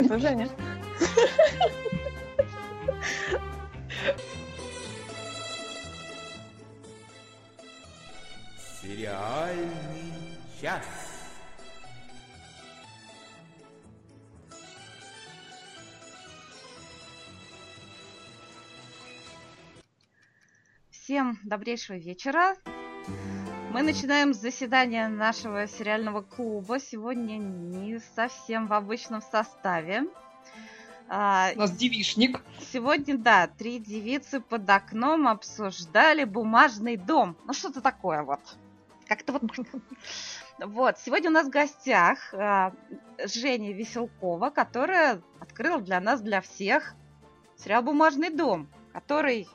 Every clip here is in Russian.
Это Женя. Сериальный час. Всем добрейшего вечера. Мы начинаем заседание нашего сериального клуба. Сегодня не совсем в обычном составе. У нас девичник. Сегодня, да, 3 девицы под окном обсуждали «Бумажный дом». Ну, что-то такое вот. Как-то вот... Вот, сегодня у нас в гостях Женя Веселкова, которая открыла для нас, для всех, сериал «Бумажный дом», который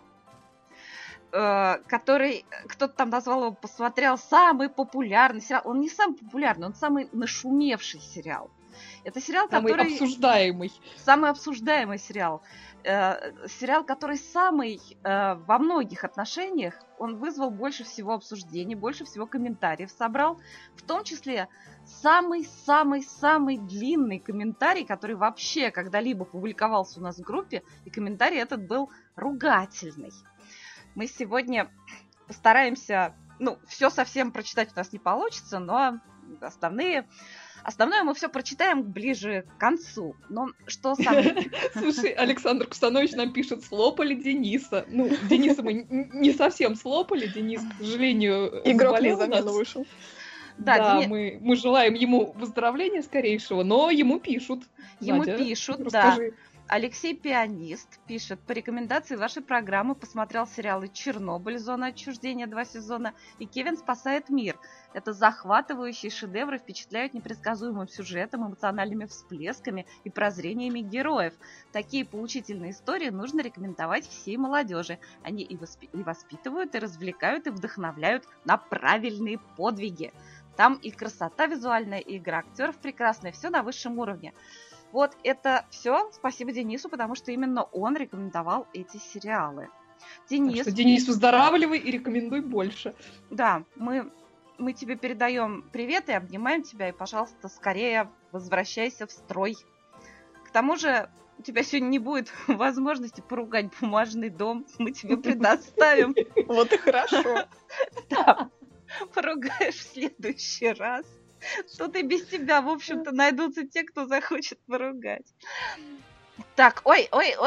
кто-то там назвал его, посмотрел, самый популярный сериал. Он не самый популярный, он самый нашумевший сериал. Это сериал, самый который... обсуждаемый. Самый обсуждаемый сериал. Сериал, который самый во многих отношениях, он вызвал больше всего обсуждений, больше всего комментариев собрал. В том числе самый-самый-самый длинный комментарий, который вообще когда-либо публиковался у нас в группе. И комментарий этот был ругательный. Мы сегодня постараемся, все совсем прочитать у нас не получится, но основное мы все прочитаем ближе к концу. Но что самое... Слушай, Александр Кустанович нам пишет, слопали Дениса. Дениса мы не совсем слопали, Денис, к сожалению, игрок на замену вышел. Да, мы желаем ему выздоровления скорейшего, но ему пишут. Ему Надя, пишут, расскажи. Да. Алексей Пианист пишет: по рекомендации вашей программы посмотрел сериалы «Чернобыль. Зона отчуждения» 2 сезона и «Кевин спасает мир». Это захватывающие шедевры, впечатляют непредсказуемым сюжетом, эмоциональными всплесками и прозрениями героев. Такие поучительные истории нужно рекомендовать всей молодежи. Они и воспитывают, и развлекают, и вдохновляют на правильные подвиги. Там и красота визуальная, и игра актеров прекрасная, все на высшем уровне. Вот это все. Спасибо Денису, потому что именно он рекомендовал эти сериалы. Так что, Денис, выздоравливай и рекомендуй больше. Да, мы тебе передаем привет и обнимаем тебя. И, пожалуйста, скорее возвращайся в строй. К тому же, у тебя сегодня не будет возможности поругать «Бумажный дом». Мы тебе предоставим. Вот и хорошо. Да, поругаешь в следующий раз. Тут и без тебя, в общем-то, найдутся те, кто захочет поругать. Так, ой,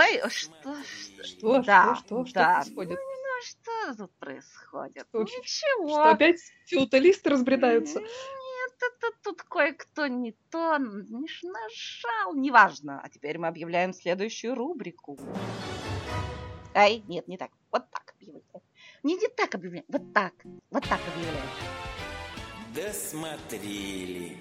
что происходит? Что тут происходит? Ничего. Что опять филателисты разбредаются? Нет, тут кое-кто не то нажал, неважно. А теперь мы объявляем следующую рубрику. Ай, нет, не так. Вот так объявляем. Не так объявляем, вот так объявляем. Досмотрели.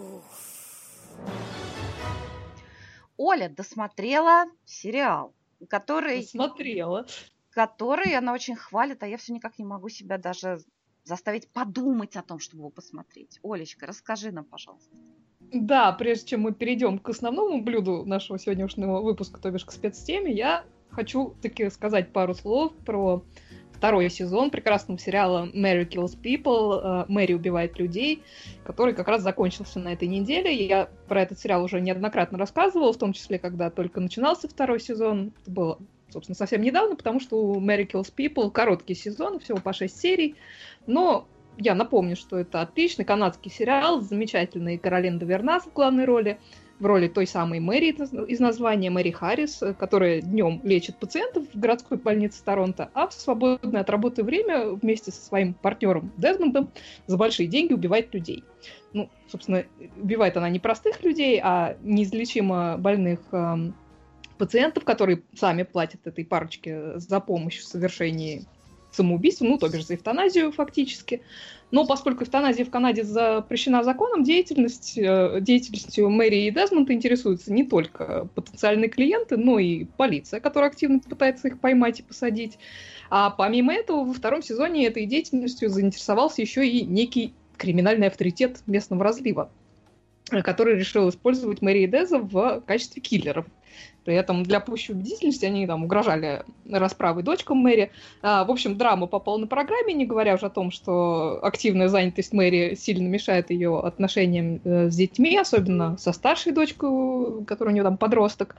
Оля досмотрела сериал, который она очень хвалит, а я все никак не могу себя даже заставить подумать о том, чтобы его посмотреть. Олечка, расскажи нам, пожалуйста. Да, прежде чем мы перейдем к основному блюду нашего сегодняшнего выпуска, то бишь к спецтеме, я хочу таки сказать пару слов про 2 сезон прекрасного сериала Mary Kills People, Мэри убивает людей, который как раз закончился на этой неделе. Я про этот сериал уже неоднократно рассказывала, в том числе, когда только начинался 2 сезон. Это было, собственно, совсем недавно, потому что у Mary Kills People короткий сезон, всего по 6 серий. Но я напомню, что это отличный канадский сериал с замечательной Каролин Давернас в главной роли, в роли той самой Мэри из названия, Мэри Харрис, которая днем лечит пациентов в городской больнице Торонто, а в свободное от работы время вместе со своим партнером Дезмондом за большие деньги убивает людей. Собственно, убивает она не простых людей, а неизлечимо больных пациентов, которые сами платят этой парочке за помощь в совершении самоубийства, то бишь за эвтаназию фактически. Но поскольку эвтаназия в Канаде запрещена законом, деятельностью Мэри и Дезмонда интересуются не только потенциальные клиенты, но и полиция, которая активно пытается их поймать и посадить. А помимо этого, во 2 сезоне этой деятельностью заинтересовался еще и некий криминальный авторитет местного разлива. который решил использовать Мэри и Деза в качестве киллеров. При этом для пущей убедительности они там угрожали расправой дочкам Мэри. В общем, драма по полной программе, не говоря уже о том, что активная занятость Мэри сильно мешает ее отношениям с детьми, особенно со старшей дочкой, которая у нее там подросток.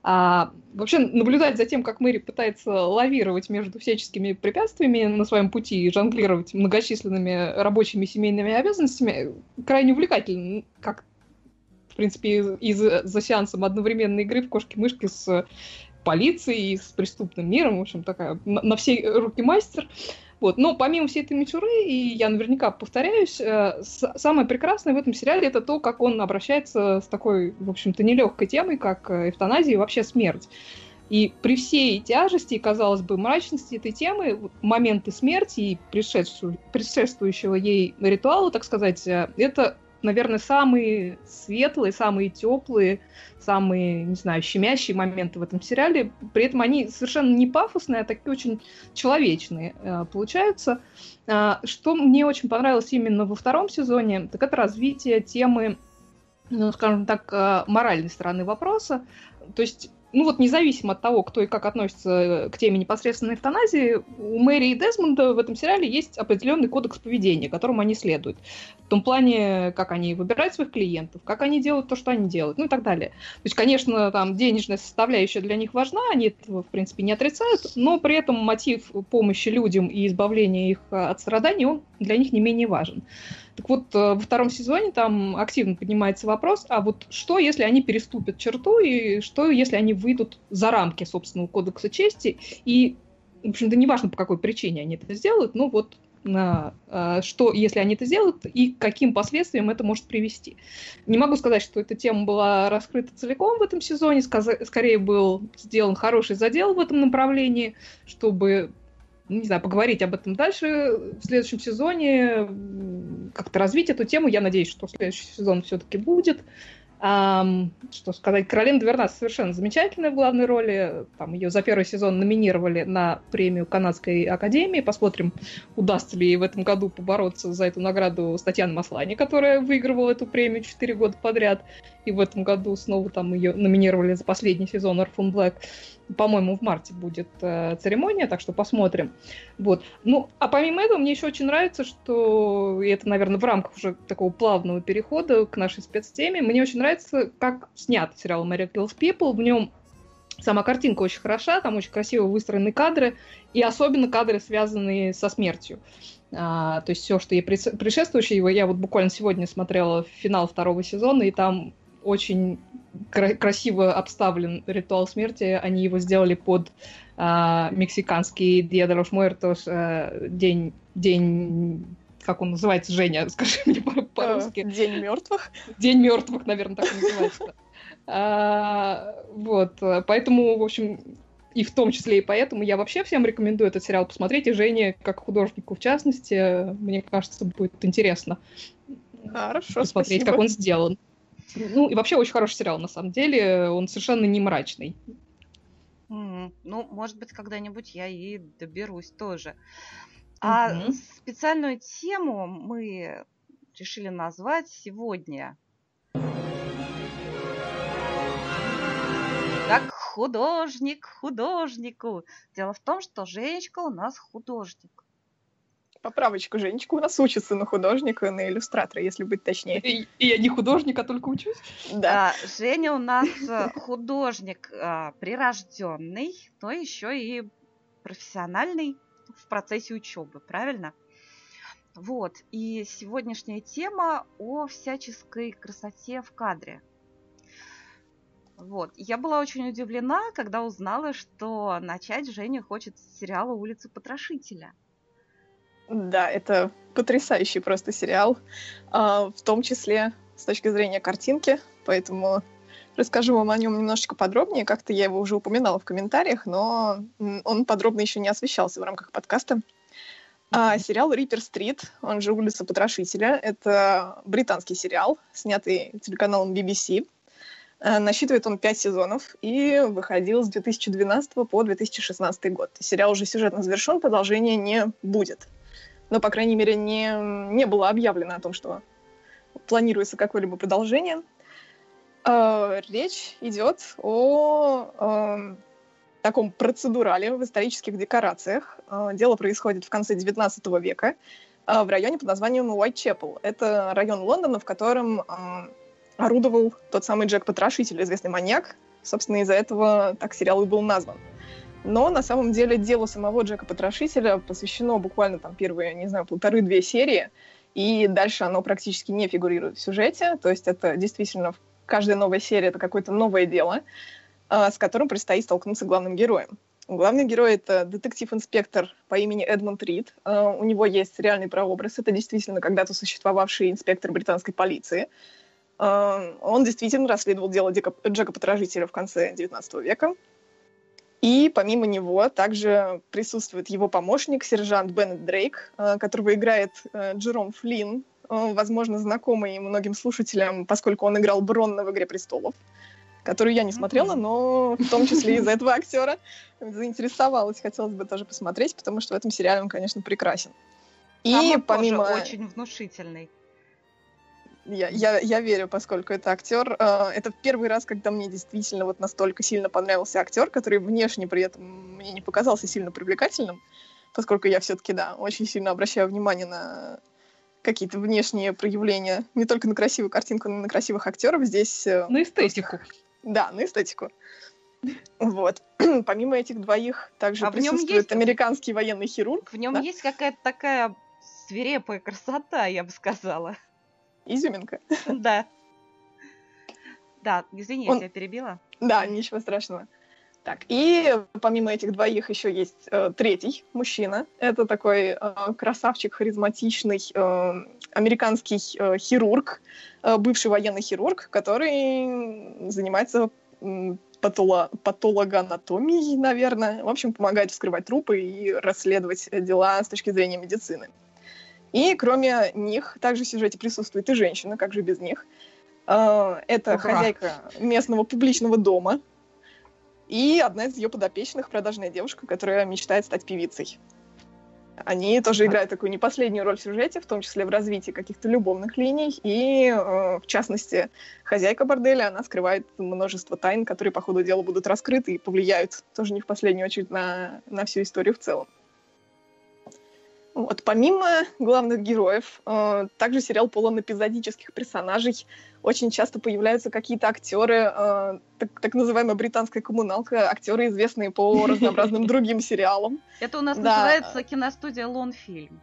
Вообще наблюдать за тем, как Мэри пытается лавировать между всяческими препятствиями на своем пути и жонглировать многочисленными рабочими и семейными обязанностями, крайне увлекательно, как в принципе, за сеансом одновременной игры в кошки-мышки с полицией, с преступным миром, в общем, такая на все руки мастер. Вот. Но помимо всей этой мичуры, и я наверняка повторяюсь, самое прекрасное в этом сериале это то, как он обращается с такой, в общем-то, нелегкой темой, как эвтаназия и вообще смерть. И при всей тяжести, казалось бы, мрачности этой темы, моменты смерти и предшествующего ей ритуала, так сказать, это, наверное, самые светлые, самые теплые, самые, не знаю, щемящие моменты в этом сериале. При этом они совершенно не пафосные, а такие очень человечные получаются. Что мне очень понравилось именно во втором сезоне, так это развитие темы, ну, скажем так, моральной стороны вопроса. То есть, ну вот независимо от того, кто и как относится к теме непосредственной эвтаназии, у Мэри и Дезмонда в этом сериале есть определенный кодекс поведения, которому они следуют. В том плане, как они выбирают своих клиентов, как они делают то, что они делают, ну и так далее. То есть, конечно, там денежная составляющая для них важна, они этого, в принципе, не отрицают, но при этом мотив помощи людям и избавления их от страданий, он для них не менее важен. Так вот, во втором сезоне там активно поднимается вопрос, а вот что, если они переступят черту, и что, если они выйдут за рамки собственного кодекса чести, и, в общем-то, неважно, по какой причине они это сделают, но вот что, если они это сделают, и к каким последствиям это может привести. Не могу сказать, что эта тема была раскрыта целиком в этом сезоне, скорее был сделан хороший задел в этом направлении, чтобы, не знаю, поговорить об этом дальше в следующем сезоне, как-то развить эту тему. Я надеюсь, что следующий сезон все-таки будет. Что сказать, Каролина Двернас совершенно замечательная в главной роли. Там ее за первый сезон номинировали на премию Канадской академии. Посмотрим, удастся ли ей в этом году побороться за эту награду с Татьяной Маслани, которая выигрывала эту премию 4 года подряд. И в этом году снова там ее номинировали за последний сезон Orphan Black. По-моему, в марте будет церемония, так что посмотрим. Вот. Ну, а помимо этого, мне еще очень нравится, что, и это, наверное, в рамках уже такого плавного перехода к нашей спецтеме, мне очень нравится, как снят сериал Mary Kills People. В нем сама картинка очень хороша, там очень красиво выстроены кадры, и особенно кадры, связанные со смертью. То есть все, что ей предшествующее, я вот буквально сегодня смотрела финал второго сезона, и там очень красиво обставлен ритуал смерти. Они его сделали под мексиканский Dia de los Muertos, день, как он называется, Женя, скажи мне по-русски. День мертвых. День мертвых, наверное, так и называется. Вот, поэтому, в общем, и в том числе и поэтому я вообще всем рекомендую этот сериал посмотреть, и Жене, как художнику в частности, мне кажется, будет интересно посмотреть, как он сделан. Ну, и вообще очень хороший сериал, на самом деле. Он совершенно не мрачный. Ну, может быть, когда-нибудь я и доберусь тоже. А специальную тему мы решили назвать сегодня как художник художнику. Дело в том, что Женечка у нас художник. Поправочку, Женечка у нас учится на художника, на иллюстратора, если быть точнее. И я не художник, а только учусь? Да. Женя у нас художник прирожденный, но еще и профессиональный в процессе учебы, правильно? Вот. И сегодняшняя тема о всяческой красоте в кадре. Вот. Я была очень удивлена, когда узнала, что начать Женя хочет с сериала «Улица Потрошителя». Да, это потрясающий просто сериал, в том числе с точки зрения картинки, поэтому расскажу вам о нем немножечко подробнее. Как-то я его уже упоминала в комментариях, но он подробно еще не освещался в рамках подкаста. Сериал «Риппер Стрит», он же «Улица Потрошителя», это британский сериал, снятый телеканалом BBC. Насчитывает он 5 сезонов и выходил с 2012 по 2016 год. Сериал уже сюжетно завершен, продолжения не будет. Но, по крайней мере, не было объявлено о том, что планируется какое-либо продолжение. Речь идет о таком процедурале в исторических декорациях. Дело происходит в конце XIX века в районе под названием Уайтчепел. Это район Лондона, в котором орудовал тот самый Джек Потрошитель, известный маньяк. Собственно, из-за этого так сериал и был назван. Но на самом деле делу самого Джека Потрошителя посвящено буквально там первые, не знаю, 1,5-2 серии, и дальше оно практически не фигурирует в сюжете. То есть это действительно каждая новая серия — это какое-то новое дело, с которым предстоит столкнуться главным героем. Главный герой — это детектив-инспектор по имени Эдмунд Рид. У него есть реальный прообраз. Это действительно когда-то существовавший инспектор британской полиции. Он действительно расследовал дело Джека Потрошителя в конце XIX века. И помимо него также присутствует его помощник, сержант Беннет Дрейк, которого играет Джером Флинн, возможно, знакомый многим слушателям, поскольку он играл Бронна в «Игре престолов», которую я не смотрела, но в том числе из-за этого актера заинтересовалась, хотелось бы тоже посмотреть, потому что в этом сериале он, конечно, прекрасен. И он помимо... тоже очень внушительный. Я верю, поскольку это актер. Это первый раз, когда мне действительно вот настолько сильно понравился актер, который внешне при этом мне не показался сильно привлекательным, поскольку я все-таки, да, очень сильно обращаю внимание на какие-то внешние проявления, не только на красивую картинку, но и на красивых актеров. Здесь... На эстетику. Да, на эстетику. Вот. Помимо этих двоих также в нем присутствует есть... американский военный хирург. В нем да? есть какая-то такая свирепая красота, я бы сказала. Изюминка. Да. Да, извини, я тебя перебила. Да, ничего страшного. Так, и помимо этих двоих еще есть третий мужчина. Это такой красавчик, харизматичный американский хирург, бывший военный хирург, который занимается патологоанатомией, наверное. В общем, помогает вскрывать трупы и расследовать дела с точки зрения медицины. И кроме них также в сюжете присутствует и женщина, как же без них. Это хозяйка местного публичного дома и одна из ее подопечных, продажная девушка, которая мечтает стать певицей. Они тоже играют такую не последнюю роль в сюжете, в том числе в развитии каких-то любовных линий. И, в частности, хозяйка борделя, она скрывает множество тайн, которые по ходу дела будут раскрыты и повлияют тоже не в последнюю очередь на всю историю в целом. Вот. Помимо главных героев, также сериал полон эпизодических персонажей. Очень часто появляются какие-то актеры, так называемая британская коммуналка, актеры, известные по разнообразным другим сериалам. Это у нас называется киностудия Лонфильм.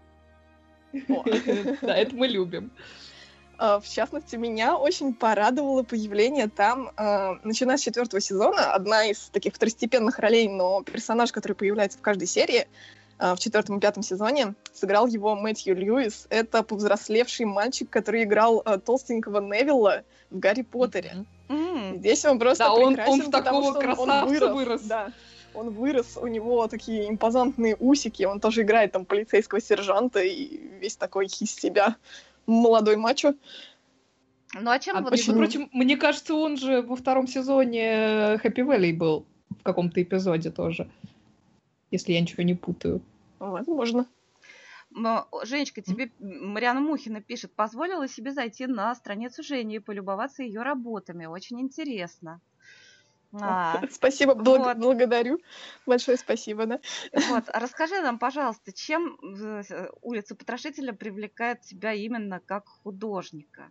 Да, это мы любим. В частности, меня очень порадовало появление там, начиная с 4-го сезона, одна из таких второстепенных ролей, но персонаж, который появляется в каждой серии, в 4-м и 5-м сезоне, сыграл его Мэтью Льюис. Это повзрослевший мальчик, который играл толстенького Невилла в «Гарри Поттере». Здесь он просто прекрасен, он в такого красавца вырос. Да, он вырос, у него такие импозантные усики, он тоже играет там полицейского сержанта и весь такой из себя молодой мачо. Ну а чем между прочим, мне кажется, он же во 2-м сезоне Happy Valley был в каком-то эпизоде тоже. Если я ничего не путаю. Возможно. Женечка, тебе Мариана Мухина пишет: позволила себе зайти на страницу Жени и полюбоваться ее работами. Очень интересно. Спасибо, благодарю. Большое спасибо, да. Вот, расскажи нам, пожалуйста, чем «Улица Потрошителя» привлекает тебя именно как художника?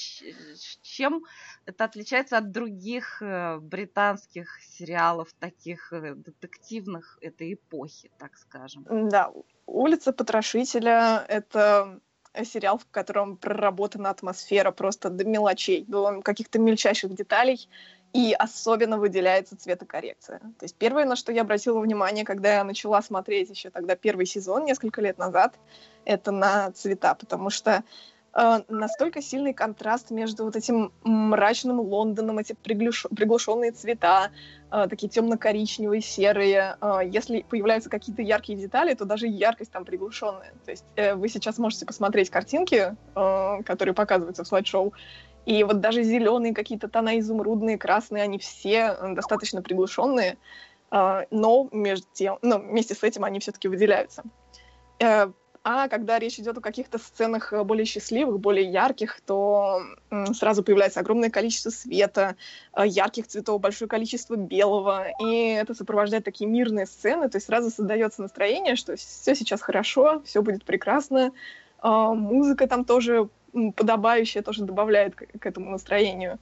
Чем это отличается от других британских сериалов, таких детективных этой эпохи, так скажем? Да, «Улица Потрошителя» — это сериал, в котором проработана атмосфера просто до мелочей, до каких-то мельчайших деталей. И особенно выделяется цветокоррекция. То есть первое, на что я обратила внимание, когда я начала смотреть еще тогда 1-й сезон, несколько лет назад, это на цвета, потому что настолько сильный контраст между вот этим мрачным Лондоном, эти приглушенные цвета, такие темно-коричневые, серые. Если появляются какие-то яркие детали, то даже яркость там приглушенная. То есть вы сейчас можете посмотреть картинки, которые показываются в слайд-шоу, и вот даже зеленые какие-то тона, изумрудные, красные, они все достаточно приглушенные, но вместе с этим они все-таки выделяются. А когда речь идет о каких-то сценах более счастливых, более ярких, то сразу появляется огромное количество света, ярких цветов, большое количество белого, и это сопровождает такие мирные сцены, то есть сразу создается настроение, что все сейчас хорошо, все будет прекрасно, музыка там тоже подобающая, тоже добавляет к этому настроению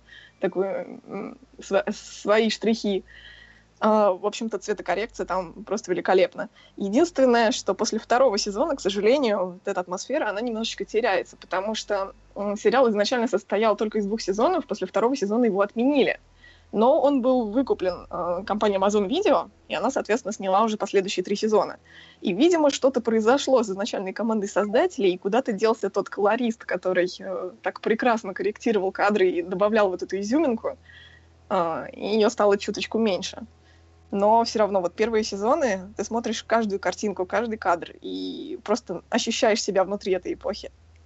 свои штрихи. В общем-то, цветокоррекция там просто великолепна. Единственное, что после второго сезона, к сожалению, вот эта атмосфера, она немножечко теряется, потому что сериал изначально состоял только из 2 сезонов, после второго сезона его отменили. Но он был выкуплен компанией Amazon Video, и она, соответственно, сняла уже последующие 3 сезона. И, видимо, что-то произошло с изначальной командой создателей, и куда-то делся тот колорист, который так прекрасно корректировал кадры и добавлял вот эту изюминку, и ее стало чуточку меньше. Но все равно вот первые сезоны ты смотришь каждую картинку, каждый кадр и просто ощущаешь себя внутри этой эпохи.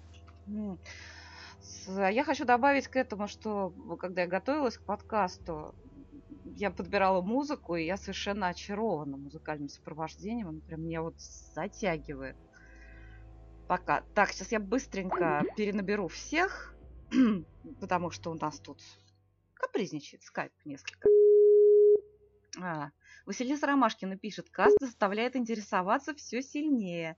Я хочу добавить к этому, что когда я готовилась к подкасту, я подбирала музыку, и я совершенно очарована музыкальным сопровождением. Он прям меня вот затягивает. Пока. Так, сейчас я быстренько перенаберу всех, потому что у нас тут капризничает скайп несколько. Василиса Ромашкина пишет: каст заставляет интересоваться все сильнее.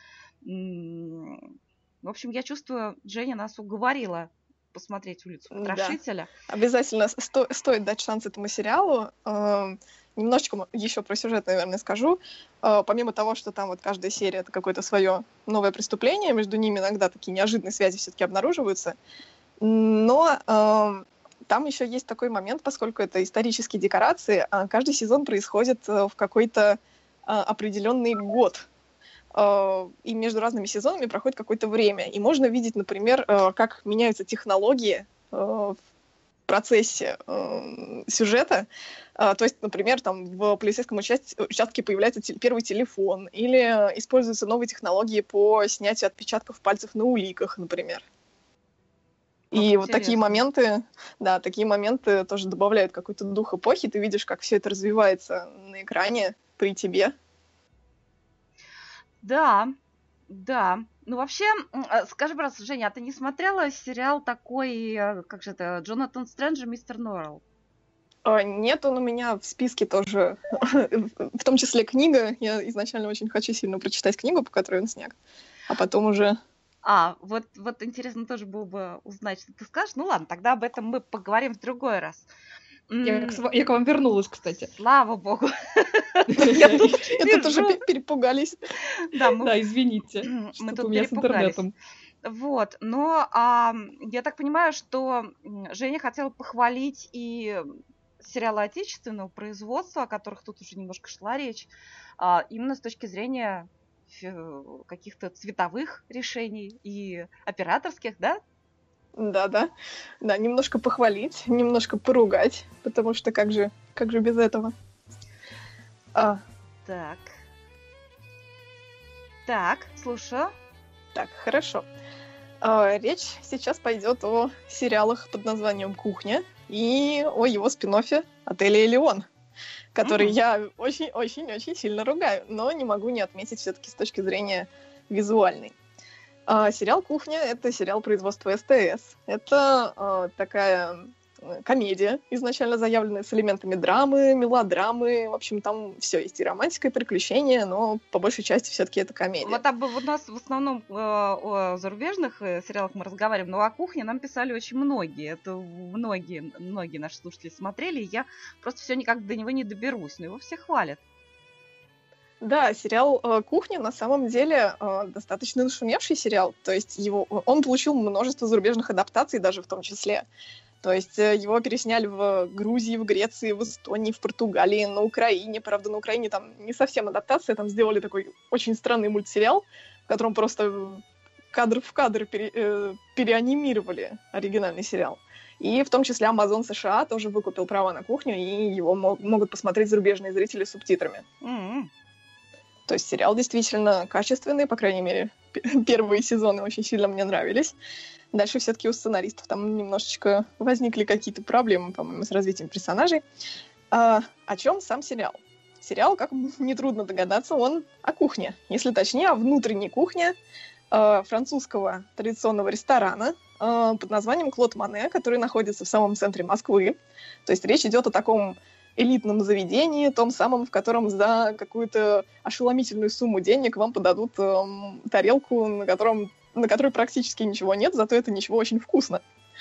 В общем, я чувствую, Женя нас уговорила посмотреть «Улицу Потрошителя». Да. Обязательно стоит дать шанс этому сериалу. Немножечко еще про сюжет, наверное, скажу. Помимо того, что там вот каждая серия — это какое-то свое новое преступление, между ними иногда такие неожиданные связи все-таки обнаруживаются. Но там еще есть такой момент, поскольку это исторические декорации, каждый сезон происходит в какой-то определенный год. И между разными сезонами проходит какое-то время. И можно видеть, например, как меняются технологии в процессе сюжета. То есть, например, там в полицейском участке появляется первый телефон, или используются новые технологии по снятию отпечатков пальцев на уликах, например. И вот такие моменты тоже добавляют какой-то дух эпохи. Ты видишь, как все это развивается на экране при тебе. Да. Ну, вообще, скажи, пожалуйста, Женя, а ты не смотрела сериал такой, как же это, Джонатан Стрендж и Мистер Норрелл? Нет, он у меня в списке тоже, в том числе книга. Я изначально очень хочу сильно прочитать книгу, по которой он снят, а потом уже... Вот интересно тоже было бы узнать, что ты скажешь. Ну ладно, тогда об этом мы поговорим в другой раз. Я к вам вернулась, кстати. Слава богу. Это тоже перепугались. Да, извините. Мы тут перепугались. Вот, но я так понимаю, что Женя хотела похвалить и сериалы отечественного производства, о которых тут уже немножко шла речь, именно с точки зрения каких-то цветовых решений и операторских, да? Да, немножко похвалить, немножко поругать, потому что как же без этого? Так, слушаю. Так, хорошо. Речь сейчас пойдет о сериалах под названием «Кухня» и о его спин-оффе «Отеле Элеон», который я очень-очень-очень сильно ругаю, но не могу не отметить все-таки с точки зрения визуальной. Сериал «Кухня» — это сериал производства СТС. Это такая комедия, изначально заявленная с элементами драмы, мелодрамы. В общем, там все есть, и романтика, и приключения, но по большей части все-таки это комедия. Вот у нас в основном о зарубежных сериалах мы разговариваем, но о «Кухне» нам писали очень многие. Это многие наши слушатели смотрели, и я просто все никак до него не доберусь, но его все хвалят. Да, сериал «Кухня» на самом деле достаточно нашумевший сериал. То есть он получил множество зарубежных адаптаций даже в том числе. То есть его пересняли в Грузии, в Греции, в Эстонии, в Португалии, на Украине. Правда, на Украине там не совсем адаптация, там сделали такой очень странный мультсериал, в котором просто кадр в кадр переанимировали оригинальный сериал. И в том числе Amazon США тоже выкупил права на «Кухню», и его могут посмотреть зарубежные зрители с субтитрами. То есть сериал действительно качественный, по крайней мере, первые сезоны очень сильно мне нравились. Дальше все-таки у сценаристов там немножечко возникли какие-то проблемы, по-моему, с развитием персонажей. О чем сам сериал? сериал, как нетрудно догадаться, он о кухне. Если точнее, о внутренней кухне французского традиционного ресторана под названием Клод Моне, который находится в самом центре Москвы. То есть речь идет о таком элитном заведении, том самом, в котором за какую-то ошеломительную сумму денег вам подадут тарелку, на которой практически ничего нет, зато это ничего очень вкусно.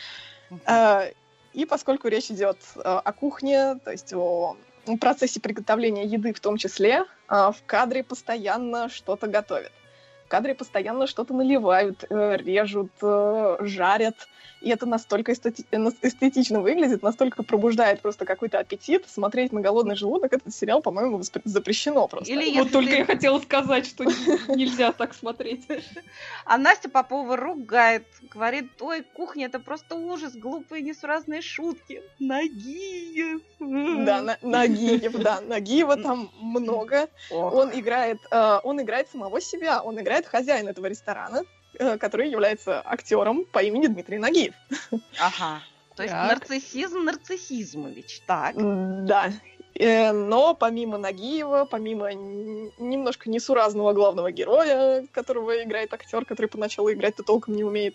И поскольку речь идет о кухне, то есть о процессе приготовления еды в том числе, в кадре постоянно что-то готовят. В кадре постоянно что-то наливают, режут, жарят. И это настолько эстетично выглядит, настолько пробуждает просто какой-то аппетит. Смотреть на голодный желудок этот сериал, по-моему, запрещено просто. Вот только я хотела сказать, что нельзя так смотреть. А Настя Попова ругает, говорит: ой, кухня — это просто ужас, глупые несуразные шутки. Нагиев. Да, Нагиев, да. Нагиева там много. Он играет самого себя, он играет хозяина этого ресторана, который является актером по имени Дмитрий Нагиев. Ага. То есть нарциссизм Нарциссизмович, так. Да. Но помимо Нагиева, помимо немножко несуразного главного героя, которого играет актер, который поначалу играть-то толком не умеет,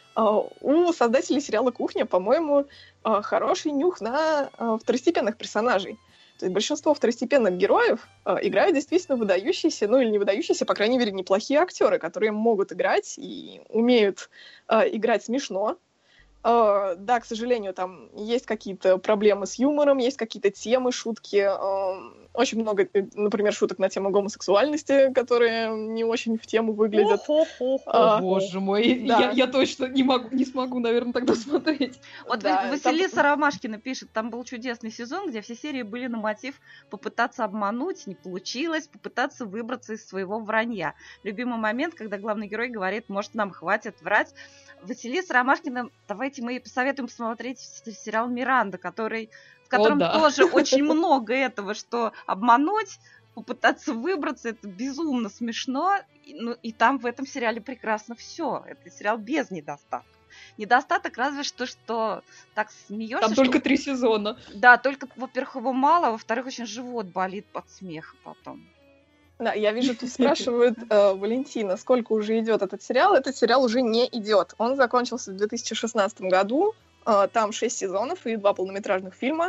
у создателей сериала «Кухня», по-моему, хороший нюх на второстепенных персонажей. То есть большинство второстепенных героев играют действительно выдающиеся, ну или не выдающиеся, по крайней мере, неплохие актеры, которые могут играть и умеют играть смешно. Да, к сожалению, там есть какие-то проблемы с юмором, есть какие-то темы, шутки. Очень много, например, шуток на тему гомосексуальности, которые не очень в тему выглядят. О, боже мой, да. я точно не смогу, наверное, тогда смотреть. Вот да, Василиса Ромашкина пишет, там был чудесный сезон, где все серии были на мотив попытаться обмануть, не получилось, попытаться выбраться из своего вранья. Любимый момент, когда главный герой говорит: может, нам хватит врать. Василиса Ромашкина, давайте мы посоветуем посмотреть сериал «Миранда», в котором тоже очень много этого, что обмануть, попытаться выбраться, это безумно смешно. И там в этом сериале прекрасно все. Это сериал без недостатков. Недостаток разве что так смеешься. Там только 3 сезона. Да, только, во-первых, его мало, а во-вторых, очень живот болит от смеха потом. Да, я вижу, тут спрашивают Валентина, сколько уже идет этот сериал. Этот сериал уже не идет. Он закончился в 2016 году. Там 6 сезонов и 2 полнометражных фильма.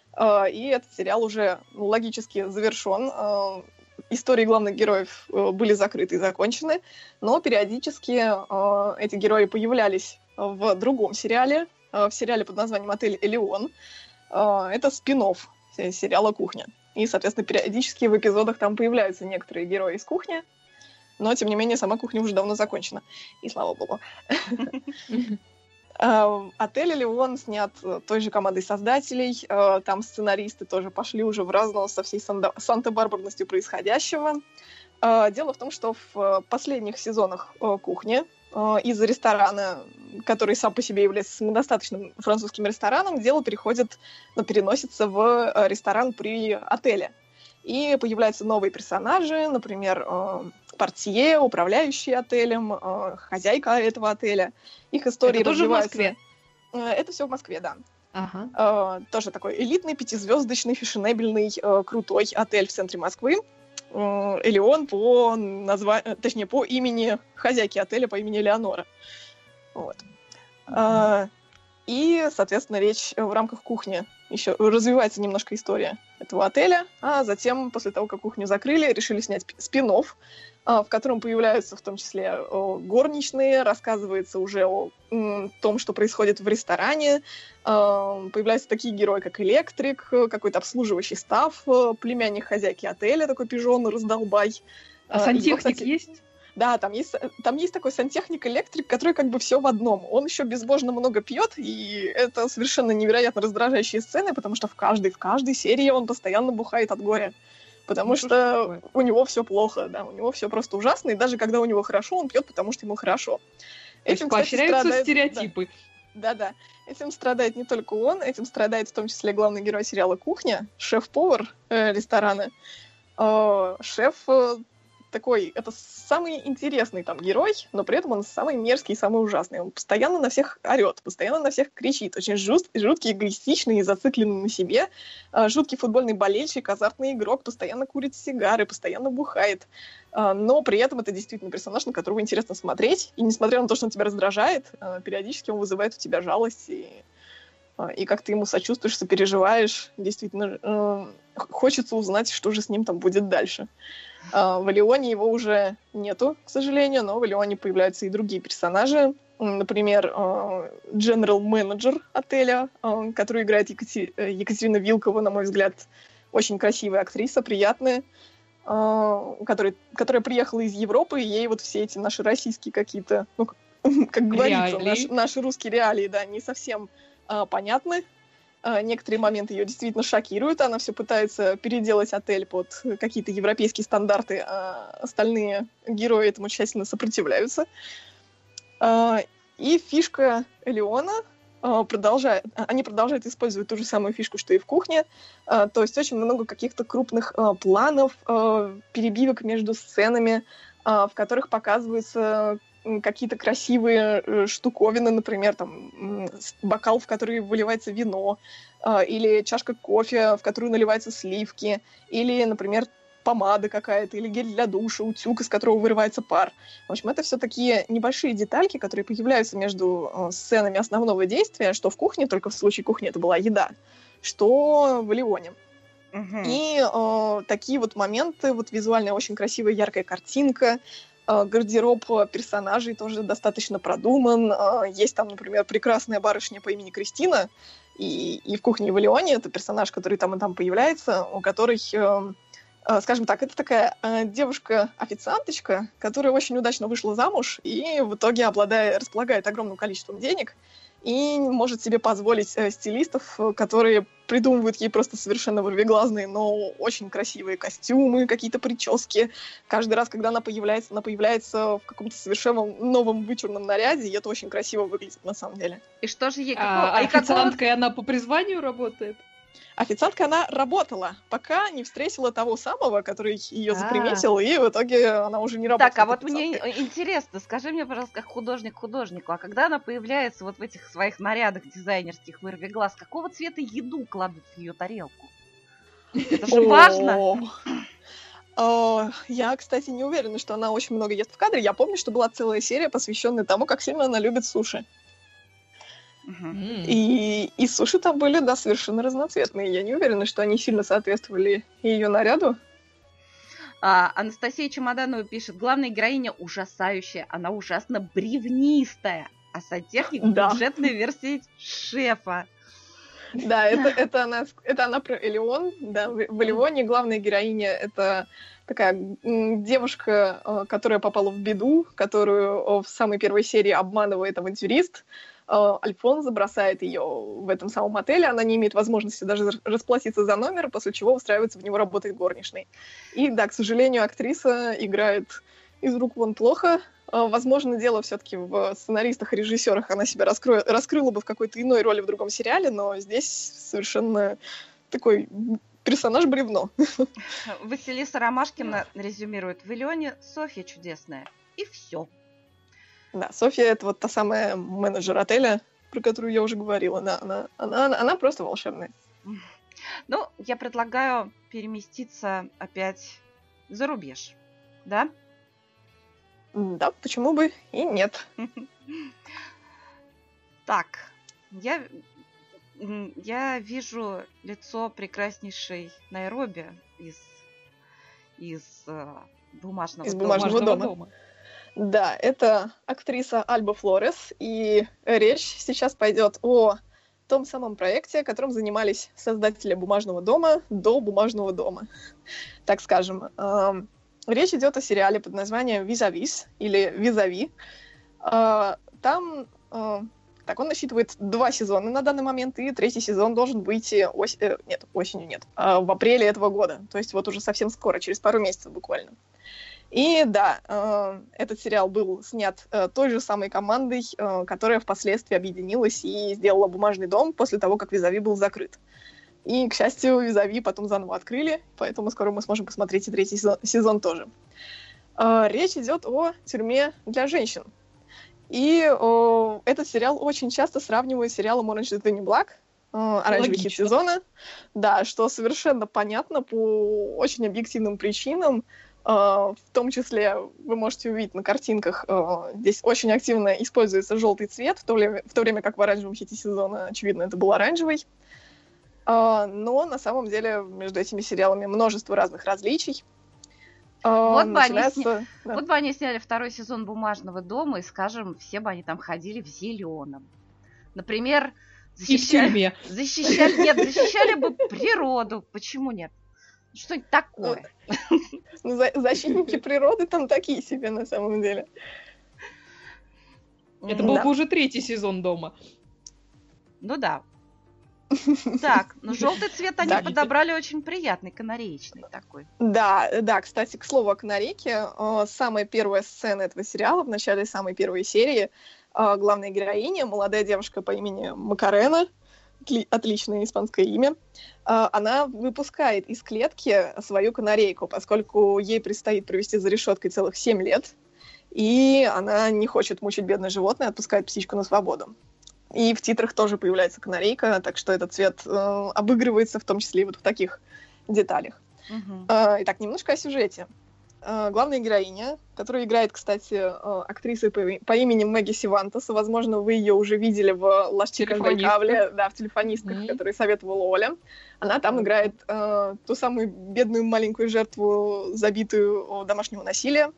И этот сериал уже логически завершен. Истории главных героев были закрыты и закончены. Но периодически эти герои появлялись в другом сериале. В сериале под названием «Отель Элеон». Это спин-офф сериала «Кухня». И, соответственно, периодически в эпизодах там появляются некоторые герои из кухни, но, тем не менее, сама кухня уже давно закончена. И слава богу. «Отель Элеон» снят той же командой создателей. Там сценаристы тоже пошли уже в разнос со всей санта-барбарностью происходящего. Дело в том, что в последних сезонах «Кухни» из ресторана, который сам по себе является самодостаточным французским рестораном, дело переносится в ресторан при отеле. И появляются новые персонажи, например, портье, управляющий отелем, хозяйка этого отеля. Их истории это тоже развиваются... в Москве? Это все в Москве, да. Ага. Тоже такой элитный, 5-звездочный, фешенебельный, крутой отель в центре Москвы. Элеон по имени хозяйки отеля, по имени Элеонора. Вот. И, соответственно, речь в рамках «Кухни» еще развивается немножко история этого отеля, а затем, после того, как «Кухню» закрыли, решили снять спин-офф, в котором появляются в том числе горничные, рассказывается уже о том, что происходит в ресторане, появляются такие герои, как электрик, какой-то обслуживающий стаф, племянник хозяйки отеля, такой пижон, раздолбай. А сантехник есть? Да, там есть такой сантехник-электрик, который как бы все в одном. Он еще безбожно много пьет, и это совершенно невероятно раздражающие сцены, потому что в каждой серии он постоянно бухает от горя. Потому что у него все плохо, да, у него все просто ужасно, и даже когда у него хорошо, он пьет, потому что ему хорошо. Этим, поощряются стереотипы. Да. Этим страдает не только он, этим страдает в том числе главный герой сериала «Кухня», шеф-повар ресторана. Шеф это самый интересный там герой, но при этом он самый мерзкий и самый ужасный. Он постоянно на всех орет, постоянно на всех кричит, очень жуткий, эгоистичный и зацикленный на себе, жуткий футбольный болельщик, азартный игрок, постоянно курит сигары, постоянно бухает. Но при этом это действительно персонаж, на которого интересно смотреть, и несмотря на то, что он тебя раздражает, периодически он вызывает у тебя жалость, и как ты ему сочувствуешь, сопереживаешь, действительно хочется узнать, что же с ним там будет дальше. В Элеоне его уже нету, к сожалению, но в Элеоне появляются и другие персонажи. Например, General Manager отеля, которую играет Екатерина Вилкова, на мой взгляд, очень красивая актриса, приятная, которая приехала из Европы, и ей вот все эти наши российские какие-то, как говорится, наши русские реалии, да, не совсем понятны. Некоторые моменты ее действительно шокируют. Она все пытается переделать отель под какие-то европейские стандарты, а остальные герои этому тщательно сопротивляются. И фишка Элеона они продолжают использовать ту же самую фишку, что и в кухне. То есть очень много каких-то крупных планов, перебивок между сценами, в которых показываются какие-то красивые штуковины, например, там бокал, в который выливается вино, или чашка кофе, в которую наливаются сливки, или, например, помада какая-то, или гель для душа, утюг, из которого вырывается пар. В общем, это все такие небольшие детальки, которые появляются между сценами основного действия, что в кухне, только в случае кухни это была еда, что в Элеоне. И такие вот моменты, вот визуально очень красивая, яркая картинка, гардероб персонажей тоже достаточно продуман. Есть там, например, прекрасная барышня по имени Кристина, и в кухне в Элеоне это персонаж, который там и там появляется, у которой, скажем так, это такая девушка-официанточка, которая очень удачно вышла замуж и в итоге располагает огромным количеством денег и может себе позволить стилистов, которые придумывают ей просто совершенно вырвиглазные, но очень красивые костюмы, какие-то прически. Каждый раз, когда она появляется в каком-то совершенно новом вычурном наряде, и это очень красиво выглядит на самом деле. И что же ей... Официанткой она по призванию работает? Официанткой она работала, пока не встретила того самого, который ее заприметил, и в итоге она уже не работает. Так, а вот мне интересно, скажи мне, пожалуйста, как художник художнику, а когда она появляется вот в этих своих нарядах дизайнерских, вырви глаз, какого цвета еду кладут в ее тарелку? Это же важно! Я, кстати, не уверена, что она очень много ест в кадре. Я помню, что была целая серия, посвященная тому, как сильно она любит суши. И суши там были, да, совершенно разноцветные. Я не уверена, что они сильно соответствовали ее наряду. Анастасия Чемоданова пишет: главная героиня ужасающая, она ужасно бревнистая, а сантехник бюджетной версии шефа. Да, это она про Элеон. Да, в Элеоне главная героиня — это такая девушка, которая попала в беду, которую в самой первой серии обманывает авантюрист. Альфонсо бросает ее в этом самом отеле, она не имеет возможности даже расплатиться за номер, после чего устраивается в него работать горничной. И да, к сожалению, актриса играет из рук вон плохо. Возможно, дело все-таки в сценаристах и режиссерах. Она себя раскрыла бы в какой-то иной роли в другом сериале, но здесь совершенно такой персонаж бревно. Василиса Ромашкина резюмирует: в Элеоне Софья чудесная. И все. Да, Софья — это вот та самая менеджер отеля, про которую я уже говорила. Да, она просто волшебная. Ну, я предлагаю переместиться опять за рубеж. Да? Да, почему бы и нет. Так, я вижу лицо прекраснейшей Найроби из бумажного дома. Да, это актриса Альба Флорес, и речь сейчас пойдет о том самом проекте, которым занимались создатели «Бумажного дома» до «Бумажного дома». Так скажем, речь идет о сериале под названием «Визавис» или «Визави». Там, он насчитывает 2 сезона на данный момент, и 3-й сезон должен выйти осенью нет, в апреле этого года. То есть вот уже совсем скоро, через пару месяцев буквально. И да, этот сериал был снят той же самой командой, которая впоследствии объединилась и сделала «Бумажный дом» после того, как «Визави» был закрыт. И, к счастью, «Визави» потом заново открыли, поэтому скоро мы сможем посмотреть и 3-й сезон тоже. Речь идет о тюрьме для женщин. И этот сериал очень часто сравнивают с сериалом Orange is the New Black, оранжевый хит сезона. Да, что совершенно понятно по очень объективным причинам. В том числе вы можете увидеть на картинках, здесь очень активно используется желтый цвет, в то время как в оранжевом хите сезона, очевидно, это был оранжевый. Но на самом деле между этими сериалами множество разных различий. Вот бы они сняли второй сезон «Бумажного дома», и, скажем, все бы они там ходили в зеленом. Например, защищали бы природу. Почему нет? Что-нибудь такое. Защитники природы там такие себе, на самом деле. Это был бы уже третий сезон «Дома». Ну да. Так, но желтый цвет они подобрали очень приятный, канареечный такой. Да, кстати, к слову о канарейке, самая первая сцена этого сериала, в начале самой первой серии, главная героиня, молодая девушка по имени Макарена, отличное испанское имя, она выпускает из клетки свою канарейку, поскольку ей предстоит провести за решеткой целых 7 лет, и она не хочет мучить бедное животное, отпускает птичку на свободу. И в титрах тоже появляется канарейка, так что этот цвет обыгрывается в том числе и вот в таких деталях. Итак, немножко о сюжете. Главная героиня, которую играет, кстати, актриса по имени Мэгги Сивантос. Возможно, вы ее уже видели в «Las chicas del cable», да, в «Телефонистках», которые советовала Оля. Она там играет ту самую бедную маленькую жертву, забитую домашнего насилия.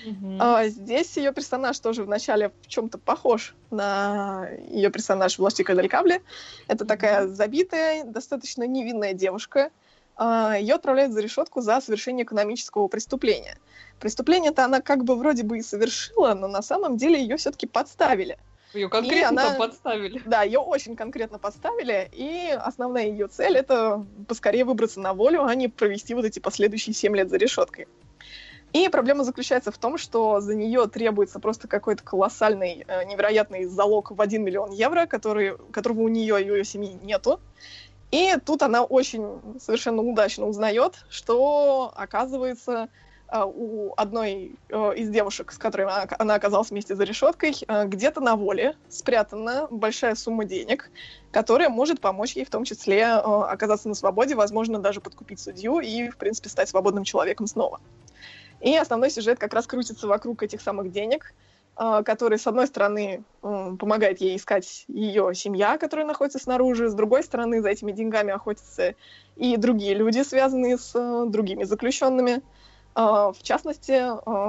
Здесь ее персонаж тоже вначале в чем-то похож на ее персонаж в «Las chicas del cable». Это такая забитая, достаточно невинная девушка. Ее отправляют за решетку за совершение экономического преступления. Преступление-то она как бы вроде бы и совершила, но на самом деле ее все-таки подставили. Ее конкретно подставили. Да, ее очень конкретно подставили, и основная ее цель — это поскорее выбраться на волю, а не провести вот эти последующие 7 лет за решеткой. И проблема заключается в том, что за нее требуется просто какой-то колоссальный, невероятный залог в 1 миллион евро, которого у нее и ее семьи нету. И тут она очень совершенно удачно узнает, что, оказывается, у одной из девушек, с которой она оказалась вместе за решеткой, где-то на воле спрятана большая сумма денег, которая может помочь ей в том числе оказаться на свободе, возможно, даже подкупить судью и, в принципе, стать свободным человеком снова. И основной сюжет как раз крутится вокруг этих самых денег, который, с одной стороны, помогает ей искать ее семья, которая находится снаружи, с другой стороны, за этими деньгами охотятся и другие люди, связанные с другими заключенными, в частности,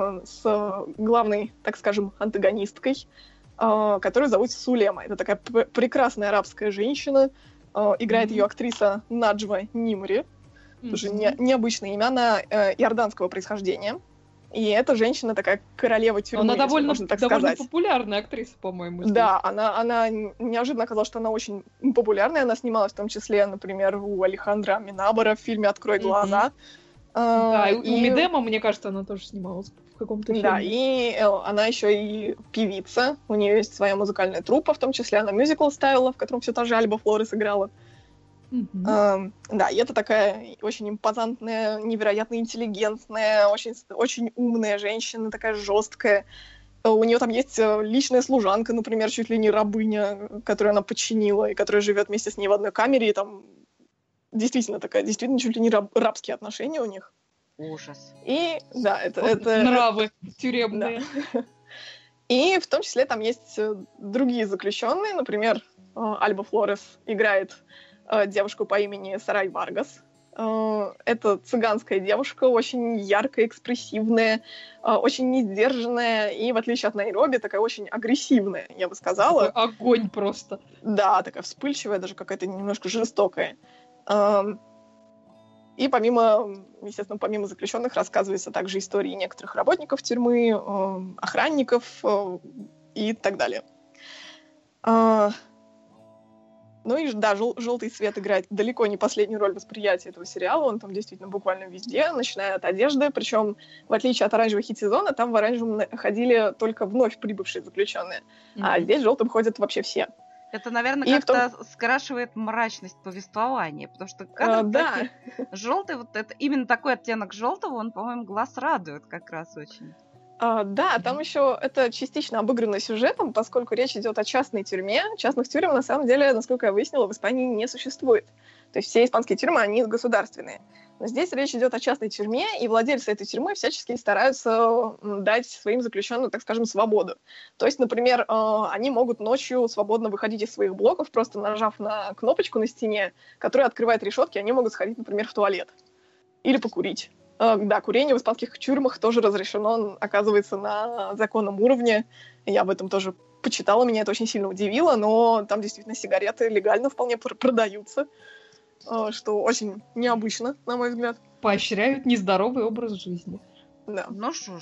с главной, так скажем, антагонисткой, которую зовут Сулема. Это такая прекрасная арабская женщина, играет ее актриса Наджва Нимри, тоже необычное имя, она иорданского происхождения. И эта женщина такая королева тюрьмы, она довольно сказать. Популярная актриса, по-моему. Здесь. Да, она неожиданно оказалось, что она очень популярная. Она снималась в том числе, например, у Алехандро Аминабара в фильме «Открой глаза». Да, и у Мидема, мне кажется, она тоже снималась в каком-то фильме. Да, и она еще и певица. У нее есть своя музыкальная труппа, в том числе она мюзикл ставила, в котором все та же Альба Флорес играла. Да, и это такая очень импозантная, невероятно интеллигентная, очень умная женщина, такая жесткая. У нее там есть личная служанка, например, чуть ли не рабыня, которую она подчинила, и которая живет вместе с ней в одной камере, и там действительно чуть ли не рабские отношения у них. Ужас. И, да, это нравы тюремные. Да. И в том числе там есть другие заключенные, например, Альба Флорес играет девушку по имени Сарай Варгас. Это цыганская девушка, очень яркая, экспрессивная, очень несдержанная и, в отличие от Найроби, такая очень агрессивная, я бы сказала. Такой огонь просто. Да, такая вспыльчивая, даже какая-то немножко жестокая. И естественно, помимо заключенных рассказывается также истории некоторых работников тюрьмы, охранников и так далее. Ну и да, желтый цвет играет далеко не последнюю роль в восприятии этого сериала. Он там действительно буквально везде, начиная от одежды. Причем, в отличие от оранжевого хит-сезона, там в оранжевом ходили только вновь прибывшие заключенные. А здесь желтым ходят вообще все. Это, наверное, И как-то скрашивает мрачность повествования, потому что кадры такие желтые, вот это именно такой оттенок желтого, он, по-моему, глаз радует как раз очень. Да, там еще это частично обыграно сюжетом, поскольку речь идет о частной тюрьме. Частных тюрем, на самом деле, насколько я выяснила, в Испании не существует. То есть все испанские тюрьмы, они государственные. Но здесь речь идет о частной тюрьме, и владельцы этой тюрьмы всячески стараются дать своим заключенным, так скажем, свободу. То есть, например, они могут ночью свободно выходить из своих блоков, просто нажав на кнопочку на стене, которая открывает решетки, они могут сходить, например, в туалет. Или покурить. Да, курение в испанских тюрьмах тоже разрешено, оказывается, на законном уровне. Я об этом тоже почитала, меня это очень сильно удивило, но там действительно сигареты легально вполне продаются, что очень необычно, на мой взгляд. Поощряют нездоровый образ жизни. Да. Ну что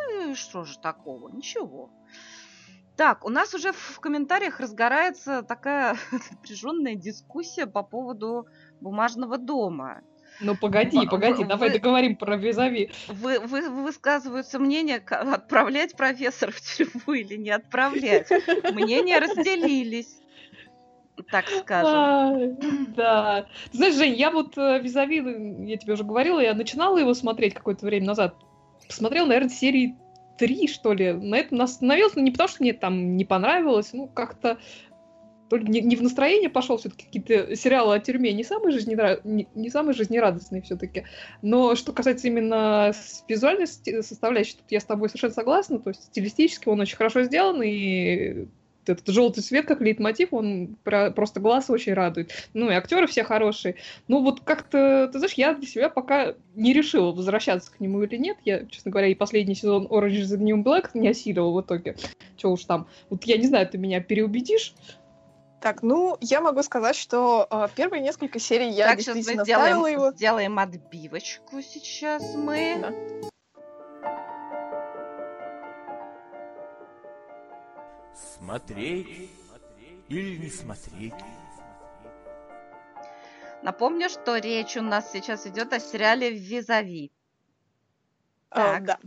же такого? Ничего. Так, у нас уже в комментариях разгорается такая напряженная дискуссия по поводу «Бумажного дома». Ну, погоди, давай договорим про визави. Высказываются мнения, отправлять профессора в тюрьму или не отправлять. Мнения разделились, так скажем. Да. Ты знаешь, Жень, я вот визави, я тебе уже говорила, я начинала его смотреть какое-то время назад. Посмотрела, наверное, серии 3, что ли. На этом остановилась, но не потому, что мне там не понравилось, ну, как-то то ли не в настроение пошел, все-таки какие-то сериалы о тюрьме не самые жизнерадостные все-таки. Но что касается именно визуальной составляющей, тут я с тобой совершенно согласна. То есть стилистически он очень хорошо сделан, и этот желтый цвет как лейтмотив, он просто глаз очень радует. Ну и актеры все хорошие. Ну вот как-то, ты знаешь, я для себя пока не решила, возвращаться к нему или нет. Я, честно говоря, и последний сезон Orange is the New Black не осилила в итоге. Че уж там. Вот я не знаю, ты меня переубедишь? Так, ну, я могу сказать, что первые несколько серий я так, действительно сейчас мы ставила его. Сделаем отбивочку сейчас мы. Да. Смотреть или не смотреть? Напомню, что речь у нас сейчас идет о сериале «Визави». Так. Да.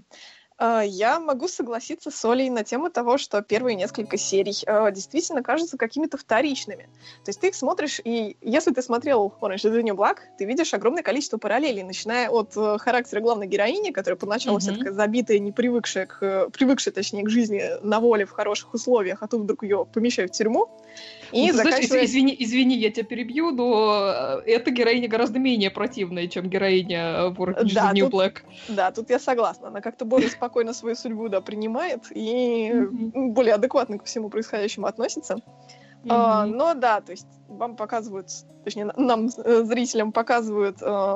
Я могу согласиться с Олей на тему того, что первые несколько серий действительно кажутся какими-то вторичными. То есть ты их смотришь, и если ты смотрел Orange is the New Black, ты видишь огромное количество параллелей, начиная от характера главной героини, которая поначалу вся такая забитая, не привыкшая точнее, к жизни на воле в хороших условиях, а тут вдруг ее помещают в тюрьму. И ну, заканчивая... извини, я тебя перебью, но эта героиня гораздо менее противная, чем героиня в Orange is the New Black. Да, тут я согласна. Она как-то более спокойно свою судьбу принимает и более адекватно ко всему происходящему относится. Но да, то есть вам показывают, точнее, нам, зрителям, показывают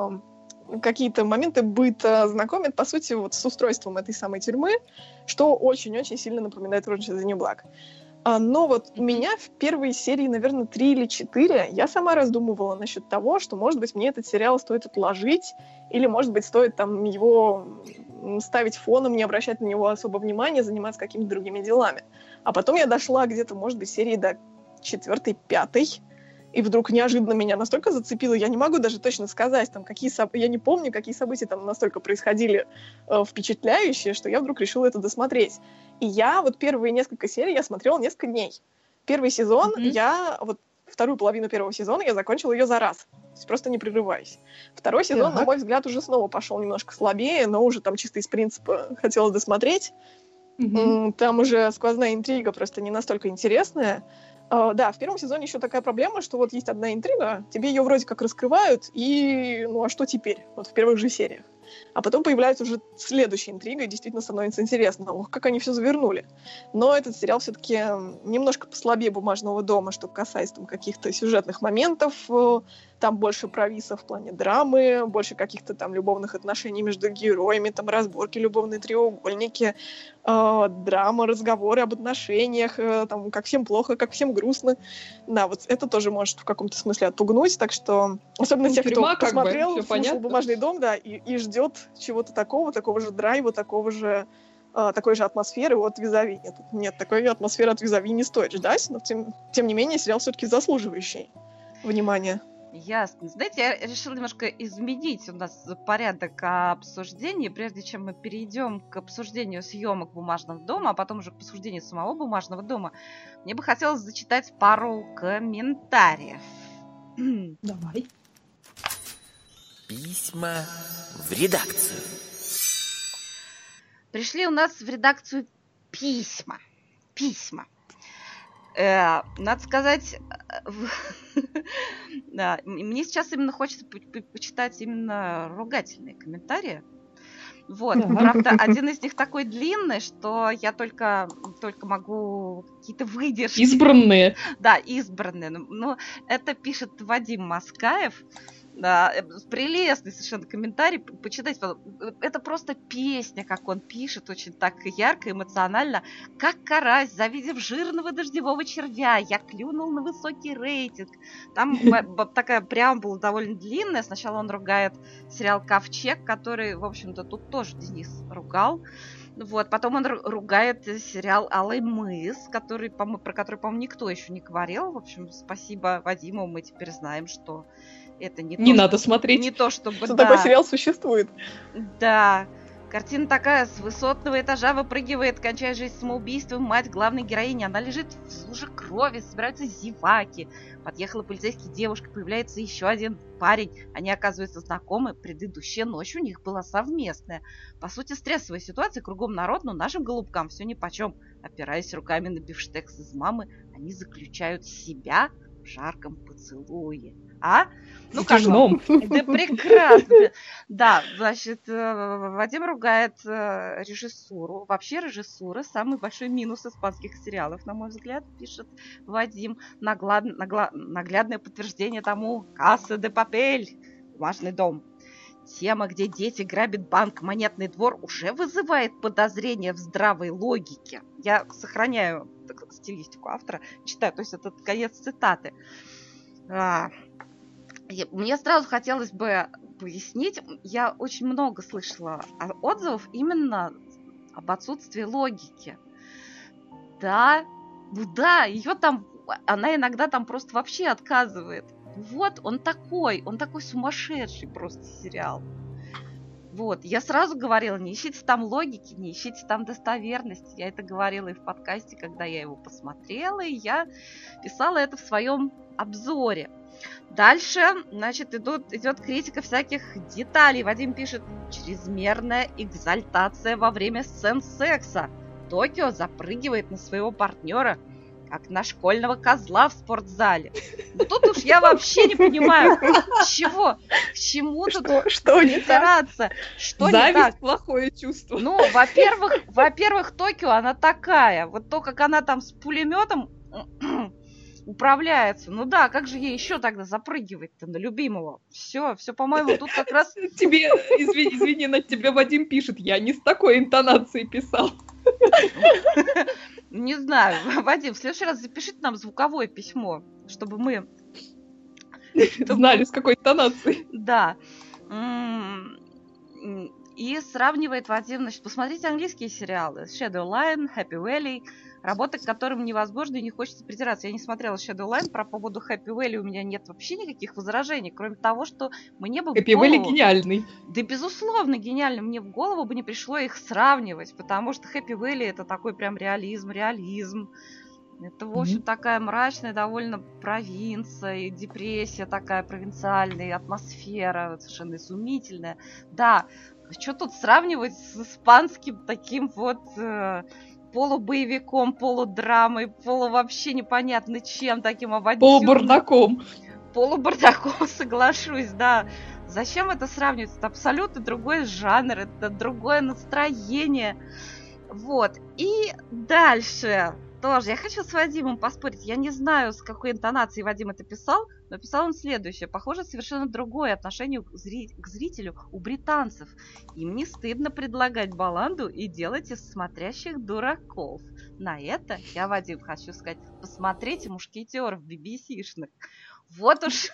какие-то моменты быта, знакомят, по сути, вот с устройством этой самой тюрьмы, что очень-очень сильно напоминает Orange is the New Black. Но вот у меня в первой серии, наверное, 3 или 4 я сама раздумывала насчет того, что, может быть, мне этот сериал стоит отложить, или, может быть, стоит там его ставить фоном, не обращать на него особо внимания, заниматься какими-то другими делами. А потом я дошла где-то, может быть, серии до 4-5, и вдруг неожиданно меня настолько зацепило, я не могу даже точно сказать, там, я не помню, какие события там настолько происходили впечатляющие, что я вдруг решила это досмотреть. И я вот первые несколько серий я смотрела несколько дней. Первый сезон вторую половину первого сезона я закончила ее за раз. То есть просто не прерываясь. Второй сезон, на мой взгляд, уже снова пошел немножко слабее, но уже там чисто из принципа хотела досмотреть. Там уже сквозная интрига просто не настолько интересная. Да, в первом сезоне еще такая проблема, что вот есть одна интрига, тебе ее вроде как раскрывают, и ну а что теперь? Вот в первых же сериях. А потом появляется уже следующая интрига, и действительно становится интересно. Ох, как они все завернули. Но этот сериал все-таки немножко послабее «Бумажного дома», что касается там каких-то сюжетных моментов. Там больше провисов в плане драмы, больше каких-то там любовных отношений между героями, там разборки, любовные треугольники, драма, разговоры об отношениях, там как всем плохо, как всем грустно. Да, вот это тоже может в каком-то смысле отпугнуть, так что особенно тех, кто посмотрел, слушал «Бумажный дом», да, и ждет чего-то такого же драйва, такой же атмосферы от «Визави». Нет, такой атмосферы от «Визави» не стоит ждать, но тем не менее сериал все-таки заслуживающий внимания. Ясно. Знаете, я решила немножко изменить у нас порядок обсуждения, прежде чем мы перейдем к обсуждению съемок «Бумажного дома», а потом уже к обсуждению самого «Бумажного дома». Мне бы хотелось зачитать пару комментариев. Давай. Письма в редакцию. Пришли у нас в редакцию письма. Надо сказать, да, мне сейчас именно хочется почитать именно ругательные комментарии. Вот, Да. правда, один из них такой длинный, что я только могу какие-то выдержки. Избранные. Да, избранные. Но это пишет Вадим Маскаев. Да, прелестный совершенно комментарий. Почитайте, это просто песня, как он пишет, очень так ярко, эмоционально. Как карась, завидев жирного дождевого червя, я клюнул на высокий рейтинг. Там такая преамбула довольно длинная. Сначала он ругает сериал «Ковчег», который, в общем-то, тут тоже Денис ругал. Вот, потом он ругает сериал «Алый мыс», про который, по-моему, никто еще не говорил. В общем, спасибо Вадиму, мы теперь знаем, что это Не надо смотреть. Не то, чтобы... Что такой сериал существует. Да. Картина такая, с высотного этажа выпрыгивает, кончая жизнь самоубийством, мать главной героини. Она лежит в луже крови, собираются зеваки. Подъехала полицейский девушка, появляется еще один парень. Они оказываются знакомы, предыдущая ночь у них была совместная. По сути, стрессовая ситуация, кругом народ, но нашим голубкам все нипочем. Опираясь руками на бифштекс из мамы, они заключают себя в жарком поцелуе. А? Ну как вам? Да прекрасно. Да, значит, Вадим ругает режиссуру. Вообще режиссура — самый большой минус испанских сериалов, на мой взгляд, пишет Вадим. Наглядное подтверждение тому «Касса де Папель», «Бумажный дом». Тема, где дети грабят банк, монетный двор, уже вызывает подозрения в здравой логике. Я сохраняю стилистику автора, читаю, то есть это конец цитаты. Мне сразу хотелось бы пояснить, я очень много слышала отзывов именно об отсутствии логики. Да, ее там, она иногда там просто вообще отказывает. Вот, он такой сумасшедший просто сериал. Вот, я сразу говорила, не ищите там логики, не ищите там достоверности. Я это говорила и в подкасте, когда я его посмотрела, и я писала это в своем обзоре. Дальше, значит, идет критика всяких деталей. Вадим пишет: чрезмерная экзальтация во время сцен секса. Токио запрыгивает на своего партнера, как на школьного козла в спортзале. Тут уж я вообще не понимаю, к чему тут притираться. Что не так? Зависть — плохое чувство. Ну, во-первых, Токио, она такая. Вот то, как она там с пулеметом управляется. Ну да, как же ей еще тогда запрыгивать-то на любимого? Все, по-моему, тут как раз... Тебе, извини, на тебя Вадим пишет, я не с такой интонацией писал. Не знаю, Вадим, в следующий раз запишите нам звуковое письмо, чтобы мы... Знали, с какой интонацией. Да. И сравнивает Вадим, значит, посмотрите английские сериалы. Shadowline, Happy Valley, работа, к которым невозможно и не хочется притираться. Я не смотрела Shadowline, по поводу Happy Valley у меня нет вообще никаких возражений, кроме того, что мне бы Happy Valley гениальный. Да, безусловно, гениальный. Мне в голову бы не пришло их сравнивать, потому что Happy Valley — это такой прям реализм. Это, в общем, такая мрачная довольно провинция, и депрессия такая провинциальная, и атмосфера совершенно изумительная. Да, что тут сравнивать с испанским таким вот полубоевиком, полудрамой, вообще непонятно чем таким авантюрным. Полубардаком, соглашусь, да. Зачем это сравнивать? Это абсолютно другой жанр, это другое настроение. Вот. И дальше... Тоже. Я хочу с Вадимом поспорить. Я не знаю, с какой интонацией Вадим это писал, но писал он следующее. Похоже, совершенно другое отношение к зрителю у британцев. Им не стыдно предлагать баланду и делать из смотрящих дураков. На это я, Вадим, хочу сказать: посмотрите «Мушкетеров» BBC-шных. Вот уж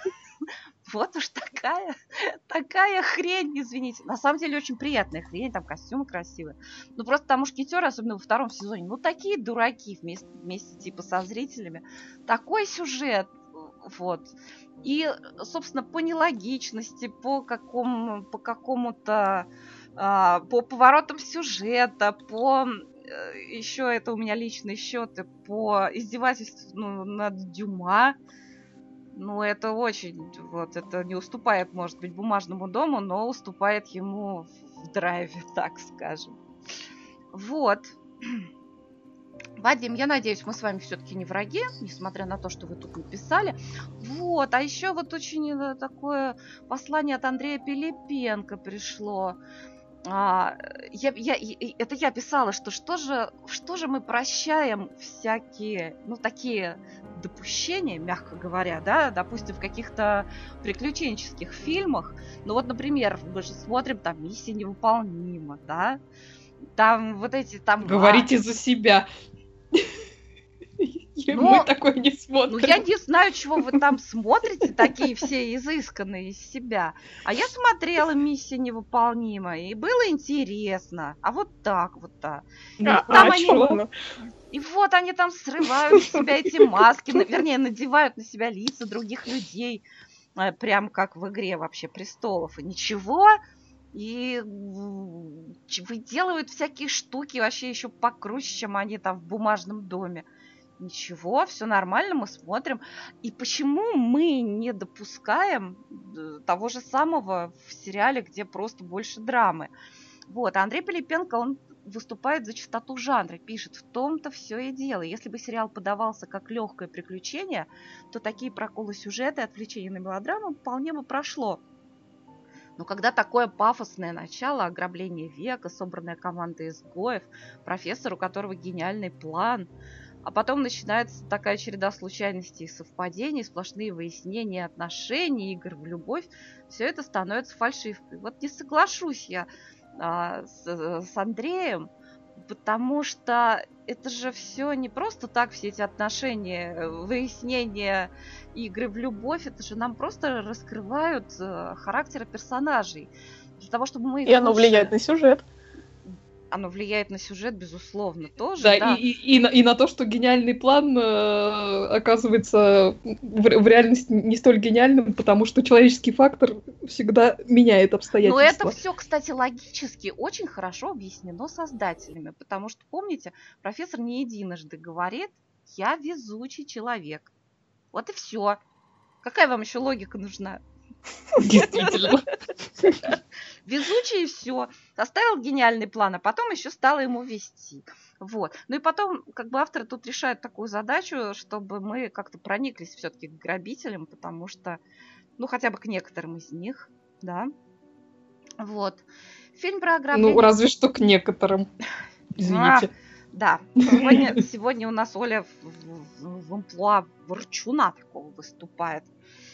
такая хрень, извините. На самом деле очень приятная хрень, там костюмы красивые. Ну просто там мушкетеры, особенно во втором сезоне, ну такие дураки вместе типа со зрителями. Такой сюжет, Вот. И, собственно, по нелогичности, по какому-то, по поворотам сюжета, по еще это у меня личные счеты, по издевательству над Дюма. Ну, это очень, вот, это не уступает, может быть, «Бумажному дому», но уступает ему в драйве, так скажем. Вот. Вадим, я надеюсь, мы с вами все-таки не враги, несмотря на то, что вы тут написали. Вот, а еще вот очень такое послание от Андрея Пилипенко пришло. Это я писала, что же мы прощаем всякие, такие допущения, мягко говоря, да, допустим, в каких-то приключенческих фильмах. Ну вот, например, мы же смотрим там «Миссия невыполнима», да, там вот эти там... Говорите за себя. Мы такое не смотрим. Ну, я не знаю, чего вы там смотрите, такие все изысканные из себя. А я смотрела «Миссия невыполнима», и было интересно. А вот так вот, да. И вот они там срывают с себя эти маски, вернее, надевают на себя лица других людей, прям как в «Игре вообще престолов». И ничего, и выделывают всякие штуки вообще еще покруче, чем они там в «Бумажном доме». Ничего, все нормально, мы смотрим. И почему мы не допускаем того же самого в сериале, где просто больше драмы? Вот, а Андрей Пилипенко, он выступает за чистоту жанра, пишет: в том-то все и дело. Если бы сериал подавался как легкое приключение, то такие проколы сюжета и отвлечения на мелодраму вполне бы прошло. Но когда такое пафосное начало, ограбление века, собранная команда изгоев, профессор, у которого гениальный план, а потом начинается такая череда случайностей и совпадений, сплошные выяснения отношений, игр в любовь, все это становится фальшивкой. Вот не соглашусь я с Андреем, потому что это же все не просто так, все эти отношения, выяснения, игры в любовь, это же нам просто раскрывают характеры персонажей. Для того, чтобы мы их И оно влияет на сюжет. Оно влияет на сюжет, безусловно, тоже. Да, да. И на то, что гениальный план оказывается в реальности не столь гениальным, потому что человеческий фактор всегда меняет обстоятельства. Но это все, кстати, логически очень хорошо объяснено создателями, потому что, помните, профессор не единожды говорит: я везучий человек. Вот и все. Какая вам еще логика нужна? Действительно. Везучий и все. Составил гениальный план, а потом еще стало ему вести. Вот. Ну и потом, как бы авторы тут решают такую задачу, чтобы мы как-то прониклись все-таки к грабителям, потому что, хотя бы к некоторым из них, да. Вот. Фильм про ограбление... разве что к некоторым. Извините. Да. Сегодня у нас Оля в амплуа ворчуна такого выступает.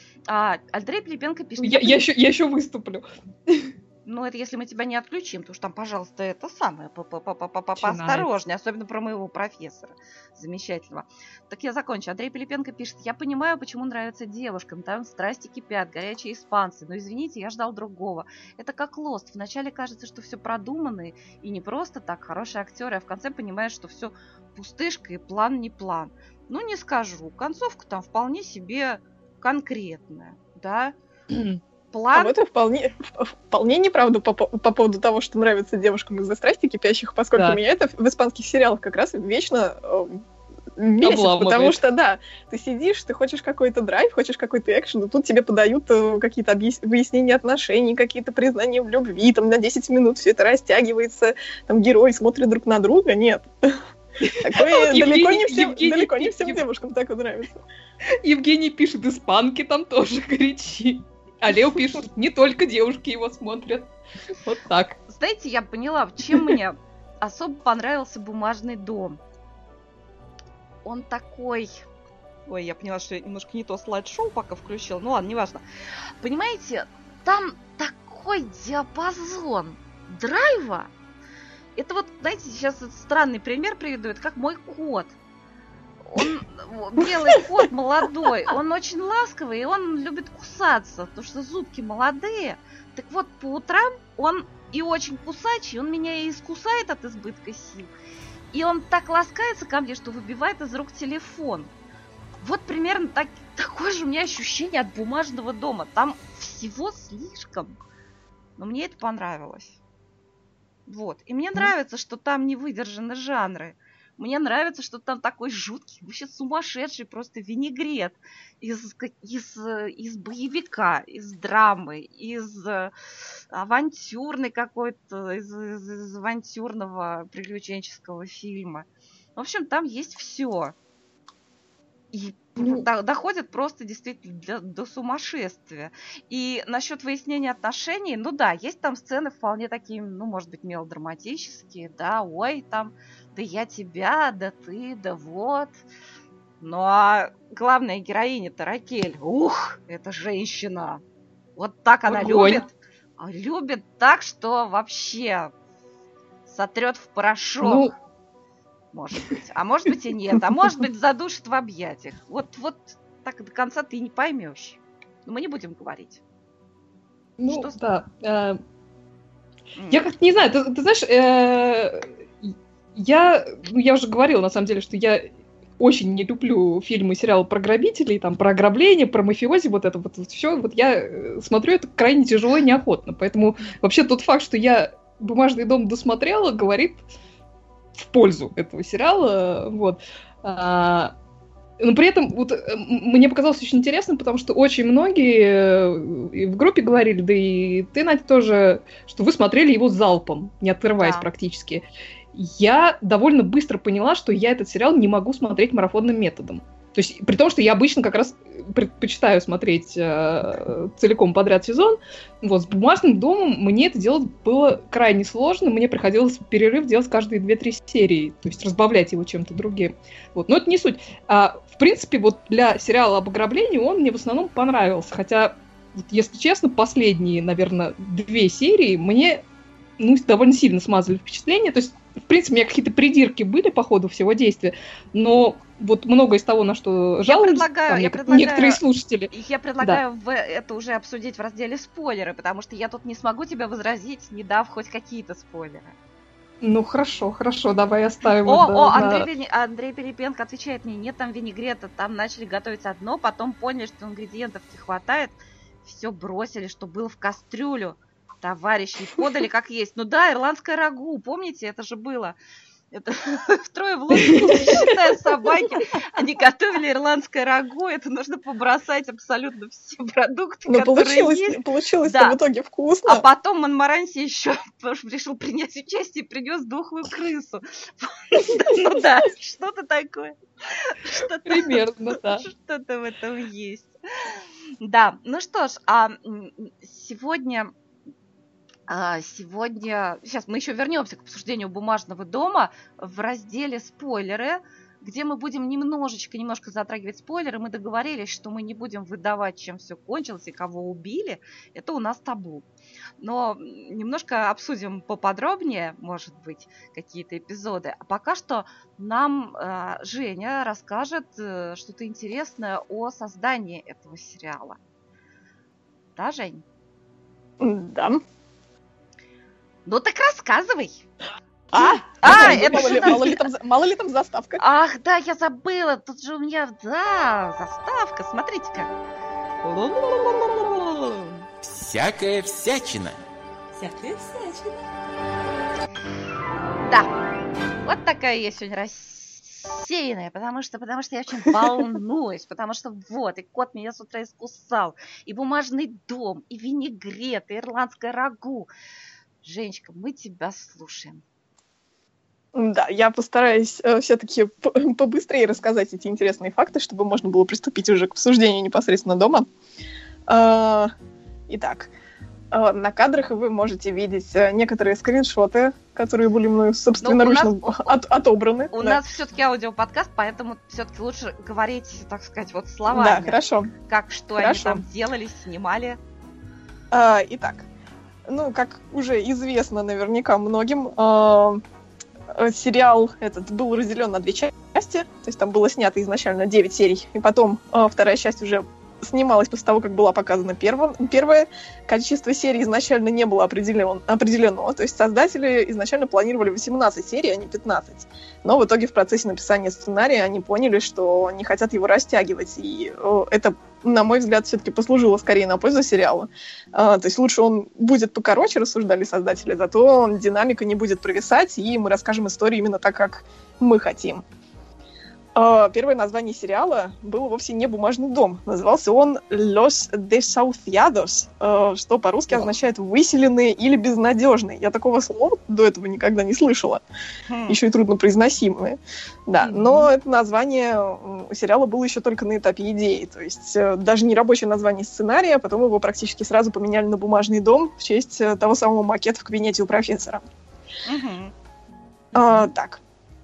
Андрей Пилипенко пишет... Я еще выступлю. Ну, это если мы тебя не отключим, потому что там, пожалуйста, это самое, поосторожнее, особенно про моего профессора замечательного. Так я закончу. Андрей Пилипенко пишет: я понимаю, почему нравится девушкам, там страсти кипят, горячие испанцы, но извините, я ждал другого. Это как Lost. Вначале кажется, что все продумано, и не просто так, хорошие актеры, а в конце понимаешь, что все пустышка и план не план. Ну, не скажу. Концовка там вполне себе конкретная, да. План... это вполне неправда по поводу того, что нравится девушкам из-за страсти кипящих, поскольку меня это в испанских сериалах как раз вечно бесит, потому что, да, ты сидишь, ты хочешь какой-то драйв, хочешь какой-то экшен, и тут тебе подают какие-то выяснения отношений, какие-то признания в любви, там на 10 минут все это растягивается, там герои смотрят друг на друга, нет. Такое далеко не всем девушкам так нравится. Евгений пишет: испанки там тоже горячи. А Лео пишет: не только девушки его смотрят. Вот так. Знаете, я поняла, чем мне особо понравился «Бумажный дом». Он такой... Ой, я поняла, что я немножко не то слайд-шоу пока включила. Ну ладно, неважно. Понимаете, там такой диапазон драйва. Это вот, знаете, сейчас странный пример приведу. Это как мой кот. Он белый кот молодой, он очень ласковый, и он любит кусаться, потому что зубки молодые. Так вот, по утрам он и очень кусачий, он меня и искусает от избытка сил. И он так ласкается ко мне, что выбивает из рук телефон. Вот примерно такое же у меня ощущение от «Бумажного дома». Там всего слишком. Но мне это понравилось. Вот. И мне нравится, что там не выдержаны жанры. Мне нравится, что там такой жуткий, вообще сумасшедший просто винегрет из боевика, из драмы, из авантюрной какой-то, из авантюрного приключенческого фильма. В общем, там есть все. И доходит просто действительно до сумасшествия. И насчет выяснения отношений, ну да, есть там сцены вполне такие, ну, может быть, мелодраматические, да, ой, там, да я тебя, да ты, да вот. Ну а главная героиня-то Ракель, ух, это женщина. Вот так она любит. Любит так, что вообще сотрет в порошок. Ну... Может быть. А может быть и нет. А может быть задушит в объятиях. Вот так до конца ты не поймешь. Но мы не будем говорить. Ну, что да. Я как-то не знаю. Ты знаешь, я уже говорила, на самом деле, что я очень не люблю фильмы и сериалы про грабителей, там, про ограбление, про мафиози, вот это вот все. Вот я смотрю это крайне тяжело и неохотно. Поэтому вообще тот факт, что я «Бумажный дом» досмотрела, говорит в пользу этого сериала, вот. Но при этом вот, мне показалось очень интересным, потому что очень многие и в группе говорили, да и ты, Надя, тоже, что вы смотрели его залпом, не отрываясь практически. Я довольно быстро поняла, что я этот сериал не могу смотреть марафонным методом. То есть, при том, что я обычно как раз предпочитаю смотреть целиком подряд сезон, вот, с «Бумажным домом» мне это делать было крайне сложно, мне приходилось перерыв делать каждые 2-3 серии, то есть разбавлять его чем-то другим. Вот. Но это не суть. В принципе, вот для сериала об ограблении он мне в основном понравился, хотя, вот, если честно, последние, наверное, 2 серии мне довольно сильно смазали впечатление, то есть, в принципе, у меня какие-то придирки были по ходу всего действия, но вот многое из того, на что жалуются некоторые слушатели. Я предлагаю это уже обсудить в разделе «Спойлеры», потому что я тут не смогу тебя возразить, не дав хоть какие-то спойлеры. Ну, хорошо, давай оставим. Андрей Перепенко отвечает мне, нет там винегрета, там начали готовить одно, потом поняли, что ингредиентов не хватает, все бросили, что было в кастрюлю. Товарищи подали как есть. Ну да, ирландское рагу, помните, это же было. Это втрое в лодку, считая собаки. Они готовили ирландское рагу, это нужно побросать абсолютно все продукты, которые есть. Получилось-то в итоге вкусно. А потом Монморанси еще решил принять участие и принес дохлую крысу. Ну да, что-то такое. Примерно, да. Что-то в этом есть. Да, ну что ж, сегодня, сейчас мы еще вернемся к обсуждению «Бумажного дома» в разделе «Спойлеры», где мы будем немножко затрагивать спойлеры. Мы договорились, что мы не будем выдавать, чем все кончилось и кого убили. Это у нас табу. Но немножко обсудим поподробнее, может быть, какие-то эпизоды. А пока что нам Женя расскажет что-то интересное о создании этого сериала. Да, Жень? Да. Ну так рассказывай. Мало ли там заставка. Ах, да, я забыла. Тут же у меня, заставка. Смотрите-ка. Всякая всячина. Да. Вот такая я сегодня рассеянная, потому что я очень волнуюсь, потому что и кот меня с утра искусал, и «Бумажный дом», и винегрет, и ирландское рагу. Женечка, мы тебя слушаем. Да, я постараюсь все-таки побыстрее рассказать эти интересные факты, чтобы можно было приступить уже к обсуждению непосредственно дома. Итак, на кадрах вы можете видеть некоторые скриншоты, которые были мной собственноручно отобраны. У нас все-таки аудиоподкаст, поэтому все-таки лучше говорить, так сказать, вот словами. Да, хорошо. Что они там делали, снимали. Итак, как уже известно наверняка многим, сериал этот был разделен на 2 части, то есть там было снято изначально 9 серий, и потом 2-я часть уже снималась после того, как была показана первая. Количество серий изначально не было определено. То есть создатели изначально планировали 18 серий, а не 15. Но в итоге в процессе написания сценария они поняли, что не хотят его растягивать. И это, на мой взгляд, все-таки послужило скорее на пользу сериала. То есть лучше он будет покороче, рассуждали создатели, зато динамика не будет провисать, и мы расскажем историю именно так, как мы хотим. Первое название сериала было вовсе не «Бумажный дом». Назывался он «Los Desahuciados», что по-русски означает «выселенные» или «безнадежные». Я такого слова до этого никогда не слышала. Еще и труднопроизносимое. Да, но это название у сериала было еще только на этапе идеи. То есть даже не рабочее название сценария, а потом его практически сразу поменяли на «Бумажный дом» в честь того самого макета в кабинете у профессора. Так.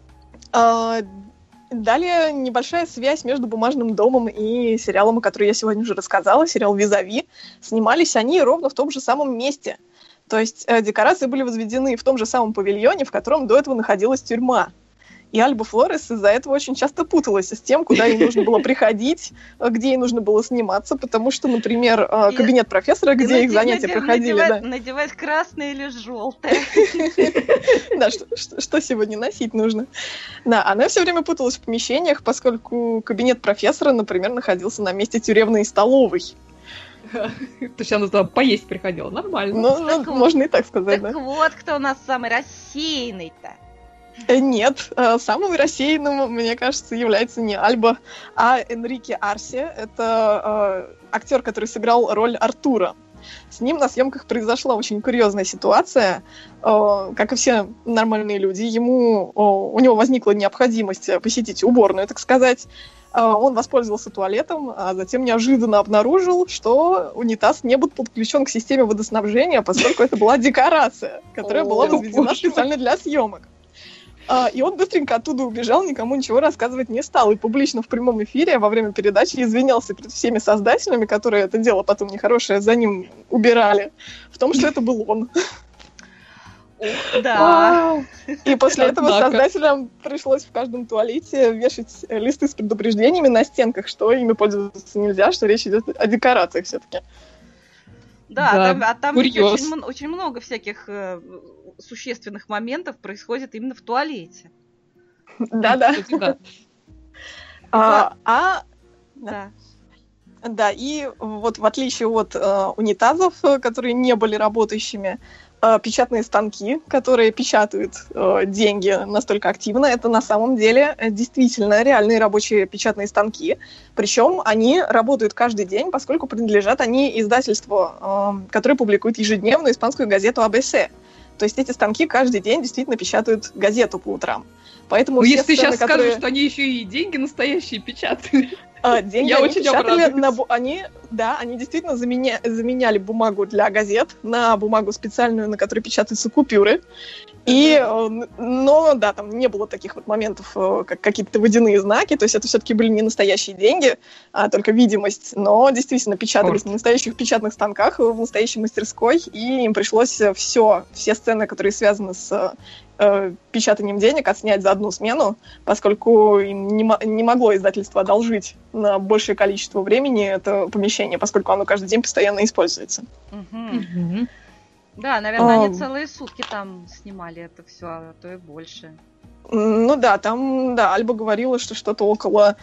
Далее небольшая связь между «Бумажным домом» и сериалом, о котором я сегодня уже рассказала, сериал «Визави». Снимались они ровно в том же самом месте. То есть декорации были возведены в том же самом павильоне, в котором до этого находилась тюрьма. И Альба Флорес из-за этого очень часто путалась с тем, куда ей нужно было приходить, где ей нужно было сниматься, потому что, например, кабинет профессора, где их занятия проходили... Надевать красное или желтое. Да, что сегодня носить нужно. Да, она все время путалась в помещениях, поскольку кабинет профессора, например, находился на месте тюремной столовой. То есть она туда поесть приходила, нормально. Ну, можно и так сказать, да. Так вот, кто у нас самый рассеянный-то. Нет, самым рассеянным, мне кажется, является не Альба, а Энрике Арси. Это актер, который сыграл роль Артура. С ним на съемках произошла очень курьезная ситуация. Как и все нормальные люди, у него возникла необходимость посетить уборную, так сказать. Он воспользовался туалетом, а затем неожиданно обнаружил, что унитаз не был подключен к системе водоснабжения, поскольку это была декорация, которая была возведена специально для съемок. И он быстренько оттуда убежал, никому ничего рассказывать не стал. И публично в прямом эфире во время передачи извинялся перед всеми создателями, которые это дело потом нехорошее за ним убирали, в том, что это был он. Да. И после этого создателям пришлось в каждом туалете вешать листы с предупреждениями на стенках, что ими пользоваться нельзя, что речь идет о декорациях все-таки. Да, там очень много всяких существенных моментов происходит именно в туалете. Да. Да, и вот в отличие от унитазов, которые не были работающими, печатные станки, которые печатают деньги настолько активно, это на самом деле действительно реальные рабочие печатные станки. Причем они работают каждый день, поскольку принадлежат они издательству, которое публикует ежедневную испанскую газету «ABC». То есть эти станки каждый день действительно печатают газету по утрам. Поэтому если ты сейчас скажешь, что они еще и деньги настоящие печатают. Деньги я они очень печатали они действительно заменяли бумагу для газет на бумагу специальную, на которой печатаются купюры. Но там не было таких вот моментов, как какие-то водяные знаки, то есть это все-таки были не настоящие деньги, а только видимость, но действительно печатались на настоящих печатных станках в настоящей мастерской, и им пришлось все сцены, которые связаны с печатанием денег, отснять за одну смену, поскольку им не могло издательство одолжить на большее количество времени это помещение, поскольку оно каждый день постоянно используется. Да, наверное, они целые сутки там снимали это все, а то и больше. Ну да, там, Альба говорила, что что-то около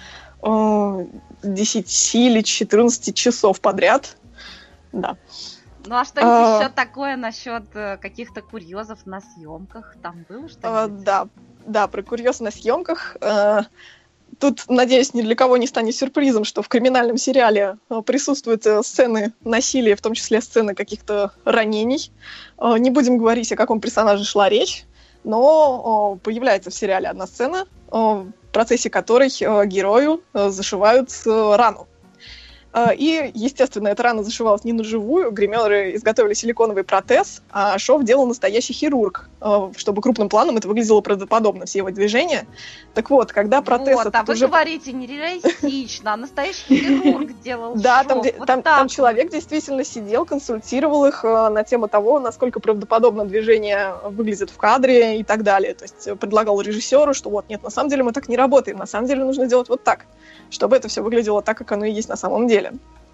10 или 14 часов подряд. Да. Ну а что-нибудь еще такое насчет каких-то курьезов на съемках? Там было что-нибудь? Да, про курьез на съемках. Тут, надеюсь, ни для кого не станет сюрпризом, что в криминальном сериале присутствуют сцены насилия, в том числе сцены каких-то ранений. Не будем говорить, о каком персонаже шла речь, но появляется в сериале одна сцена, в процессе которой герою зашивают рану. И, естественно, эта рана зашивалась не на живую, гримеры изготовили силиконовый протез, а шов делал настоящий хирург, чтобы крупным планом это выглядело правдоподобно, все его движения. Так вот, когда протез... Вот, а вы говорите не реалистично, а настоящий хирург делал шов. Да, там человек действительно сидел, консультировал их на тему того, насколько правдоподобно движение выглядит в кадре и так далее. То есть предлагал режиссеру, что нет, на самом деле мы так не работаем, на самом деле нужно делать вот так, чтобы это все выглядело так, как оно и есть на самом деле.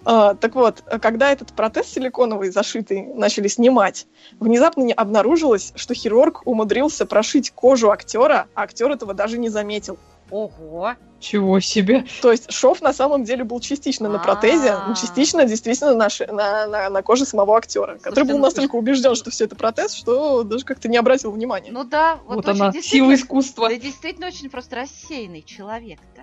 Так вот, когда этот протез силиконовый, зашитый, начали снимать, внезапно не обнаружилось, что хирург умудрился прошить кожу актера, а актер этого даже не заметил. Ого! Чего себе? То есть шов на самом деле был частично на протезе, но частично действительно на коже самого актера, который был настолько убежден, что все это протез, что даже как-то не обратил внимания. Ну да, вот она, сила искусства. Да, действительно очень просто рассеянный человек-то.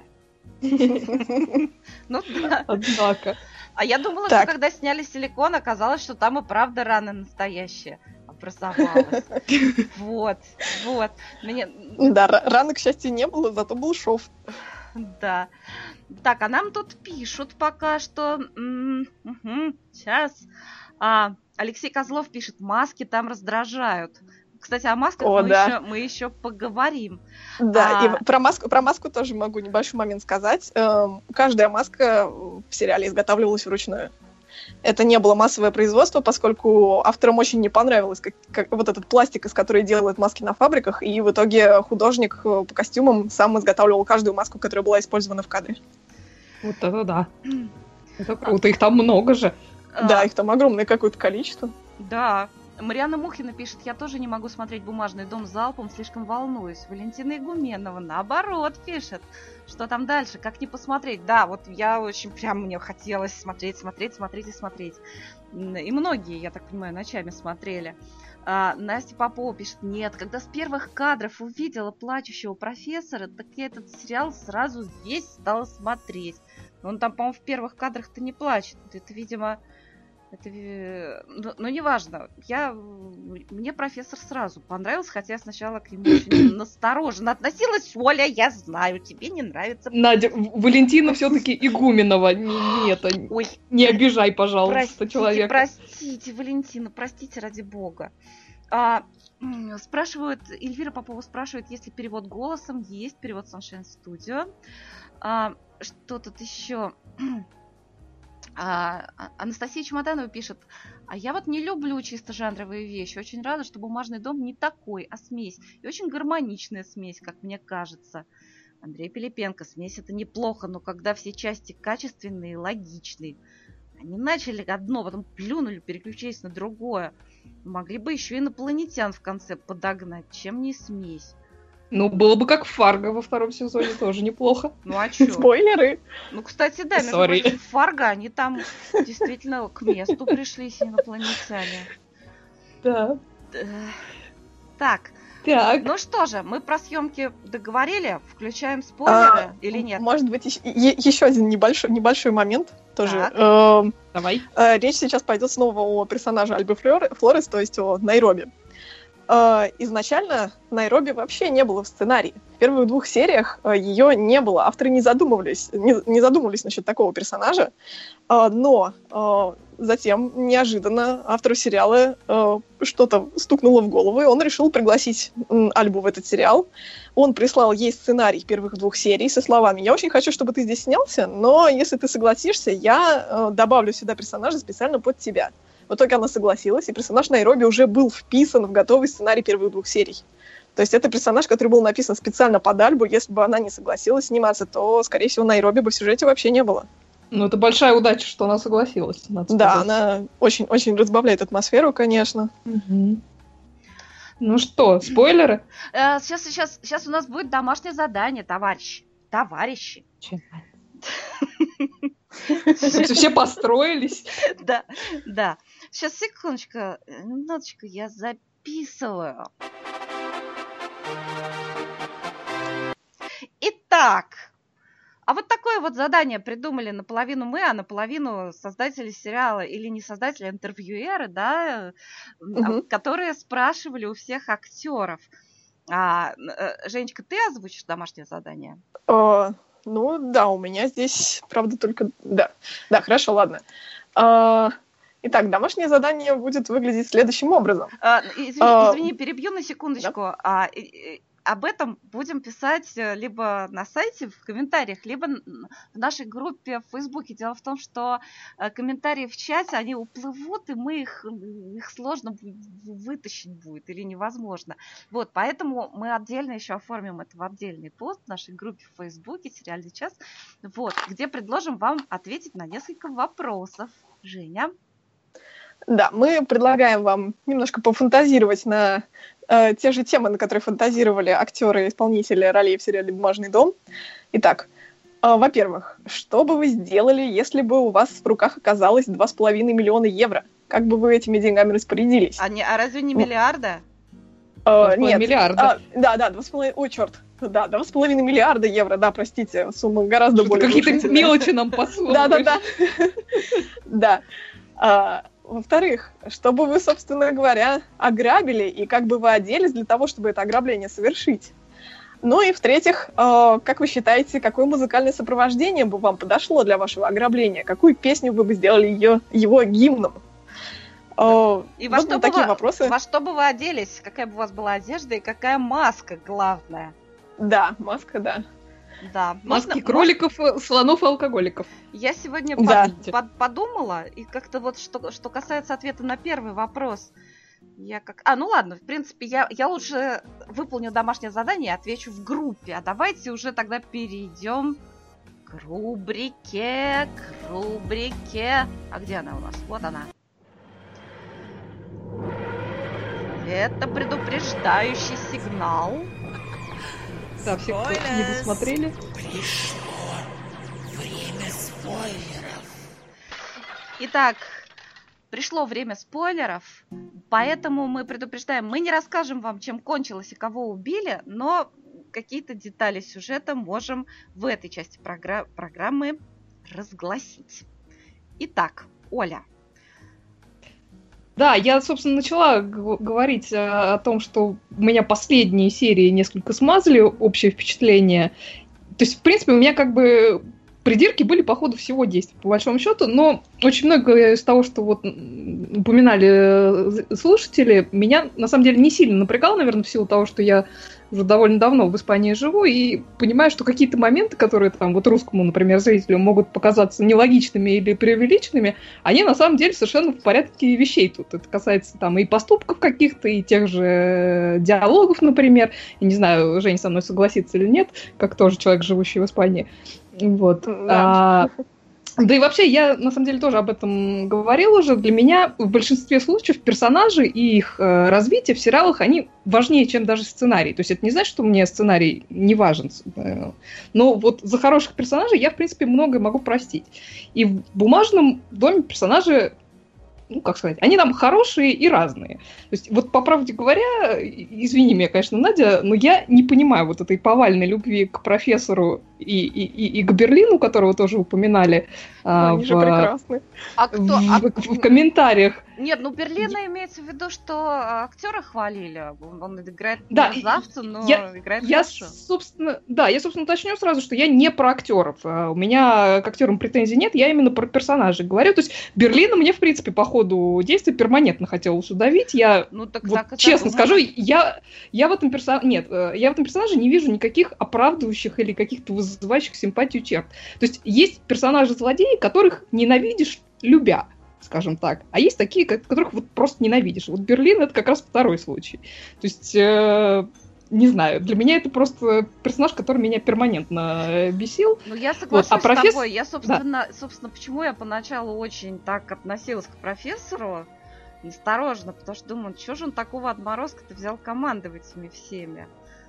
Ну да. Однако. А я думала, что когда сняли силикон, оказалось, что там и правда рана настоящая образовалась. Вот. Да, раны, к счастью, не было, зато был шов. Да. Так, а нам тут пишут пока что... Сейчас. Алексей Козлов пишет, маски там раздражают. Кстати, о масках мы еще поговорим. Да, и про маску тоже могу небольшой момент сказать. Каждая маска в сериале изготавливалась вручную. Это не было массовое производство, поскольку авторам очень не понравилось как вот этот пластик, из которого делают маски на фабриках, и в итоге художник по костюмам сам изготавливал каждую маску, которая была использована в кадре. Вот это да. Это круто, их там много же. Да, их там огромное какое-то количество. Да. Марьяна Мухина пишет, я тоже не могу смотреть «Бумажный дом» залпом, слишком волнуюсь. Валентина Игуменова, наоборот, пишет. Что там дальше? Как не посмотреть? Да, вот я очень прям, мне хотелось смотреть. И многие, я так понимаю, ночами смотрели. Настя Попова пишет, нет, когда с первых кадров увидела плачущего профессора, так я этот сериал сразу весь стала смотреть. Но он там, по-моему, в первых кадрах-то не плачет. Это, видимо... Ну, неважно. Мне профессор сразу понравился, хотя я сначала к нему очень настороженно относилась. Оля, я знаю, тебе не нравится. Надя, Валентина все-таки Игуменова. Не обижай, пожалуйста, человека. Простите, Валентина, простите ради бога. Спрашивают, Эльвира Попова спрашивает, есть ли перевод голосом. Есть перевод Sunshine Studio. Что тут еще... Анастасия Чемоданова пишет, а я вот не люблю чисто жанровые вещи. Очень рада, что «Бумажный дом» не такой, а смесь. И очень гармоничная смесь, как мне кажется. Андрей Пилипенко, смесь это неплохо, но когда все части качественные и логичные. Они начали одно, потом плюнули, переключились на другое. Могли бы еще инопланетян в конце подогнать, чем не смесь. Ну, было бы как Фарго во втором сезоне, тоже неплохо. Ну, а чё? Спойлеры! Ну, кстати, да, между прочим, Фарго, они там действительно к месту пришли, инопланетяне. Да. Так. Ну что же, мы про съемки договорили, включаем спойлеры или нет? Может быть, еще один небольшой момент тоже. Давай. Речь сейчас пойдет снова о персонаже Альбы Флорес, то есть о Найроби. Изначально Найроби вообще не было в сценарии. В первых 2 сериях ее не было. Авторы не задумывались насчет такого персонажа. Но затем неожиданно автору сериала что-то стукнуло в голову, и он решил пригласить Альбу в этот сериал. Он прислал ей сценарий первых 2 серий со словами: «Я очень хочу, чтобы ты здесь снялся, но если ты согласишься, я добавлю сюда персонажа специально под тебя». В итоге она согласилась, и персонаж Найроби уже был вписан в готовый сценарий первых 2 серий. То есть это персонаж, который был написан специально под Альбу. Если бы она не согласилась сниматься, то, скорее всего, Найроби бы в сюжете вообще не было. Ну, это большая удача, что она согласилась. Да, она очень-очень разбавляет атмосферу, конечно. Угу. Ну что, спойлеры? Сейчас у нас будет домашнее задание, товарищи. Все построились. Да. Сейчас, секундочку, минуточку, я записываю. Итак, а вот такое вот задание придумали наполовину мы, а наполовину создатели сериала, или не создатели, а интервьюеры, да, которые спрашивали у всех актеров. Женечка, ты озвучишь домашнее задание? Ну, да, у меня здесь, правда, только... Да, хорошо, ладно. Итак, домашнее задание будет выглядеть следующим образом. Извини, перебью на секундочку. Да? об этом будем писать либо на сайте, в комментариях, либо в нашей группе в Фейсбуке. Дело в том, что комментарии в чате, они уплывут, и их сложно вытащить будет или невозможно. Вот, поэтому мы отдельно еще оформим это в отдельный пост в нашей группе в Фейсбуке «Сериальный час», вот, где предложим вам ответить на несколько вопросов. Женя? Да, мы предлагаем вам немножко пофантазировать на те же темы, на которые фантазировали актеры и исполнители ролей в сериале «Бумажный дом». Итак, во-первых, что бы вы сделали, если бы у вас в руках оказалось 2,5 миллиона евро? Как бы вы этими деньгами распорядились? А разве не миллиарда? Нет. Миллиарда. Да, 2,5... Ой, черт. Да, 2,5 миллиарда евро, да, простите, сумма гораздо более какие-то мелочи нам подсовываешь. Да. Во-вторых, что бы вы, собственно говоря, ограбили и как бы вы оделись для того, чтобы это ограбление совершить? Ну и в-третьих, как вы считаете, какое музыкальное сопровождение бы вам подошло для вашего ограбления? Какую песню вы бы сделали его гимном? И во что бы вы оделись? Какая бы у вас была одежда и какая маска главная? Да, маска, да. Да. Маски кроликов, слонов и алкоголиков. Я сегодня подумала, и как-то вот что касается ответа на первый вопрос, ну ладно, в принципе, я лучше выполню домашнее задание и отвечу в группе. А давайте уже тогда перейдем к рубрике. А где она у нас? Вот она. Это предупреждающий сигнал. Да, все, кто не досмотрели. Пришло время спойлеров. Итак, пришло время спойлеров, поэтому мы предупреждаем, мы не расскажем вам, чем кончилось и кого убили, но какие-то детали сюжета можем в этой части программы разгласить. Итак, Оля. Да, я, собственно, начала говорить о том, что у меня последние серии несколько смазали общее впечатление. То есть, в принципе, у меня как бы придирки были по ходу всего действия, по большому счету, но очень многое из того, что вот упоминали слушатели, меня, на самом деле, не сильно напрягало, наверное, в силу того, что я уже довольно давно в Испании живу, и понимаю, что какие-то моменты, которые там вот русскому, например, зрителю могут показаться нелогичными или преувеличенными, они на самом деле совершенно в порядке вещей тут. Это касается там и поступков каких-то, и тех же диалогов, например. Я не знаю, Женя со мной согласится или нет, как тоже человек, живущий в Испании. Вот. Да. Да и вообще, я, на самом деле, тоже об этом говорила уже. Для меня в большинстве случаев персонажи и их развитие в сериалах, они важнее, чем даже сценарий. То есть это не значит, что мне сценарий не важен. Но вот за хороших персонажей я, в принципе, многое могу простить. И в «Бумажном доме» персонажи, ну, как сказать, они там хорошие и разные. То есть, вот по правде говоря, извини меня, конечно, Надя, но я не понимаю вот этой повальной любви к профессору и к Берлину, которого тоже упоминали они же прекрасны. В комментариях. Нет, ну Берлина имеется в виду, что актера хвалили. Он играет мерзавца, но играет хорошо. Я, собственно, уточню сразу, что я не про актеров. У меня к актерам претензий нет, я именно про персонажей говорю. То есть Берлина мне, в принципе, по ходу действия перманентно хотелось удавить. Я честно скажу, я в этом персонаже не вижу никаких оправдывающих или каких-то вызывающих симпатию черт. То есть есть персонажи-злодеи, которых ненавидишь, любя, скажем так. А есть такие, которых вот просто ненавидишь. Вот Берлин — это как раз второй случай. То есть, не знаю, для меня это просто персонаж, который меня перманентно бесил. Ну, я соглашусь с тобой. Я, собственно, почему я поначалу очень так относилась к профессору, осторожно, потому что думаю, что же он такого отморозка-то взял командовать этими всеми.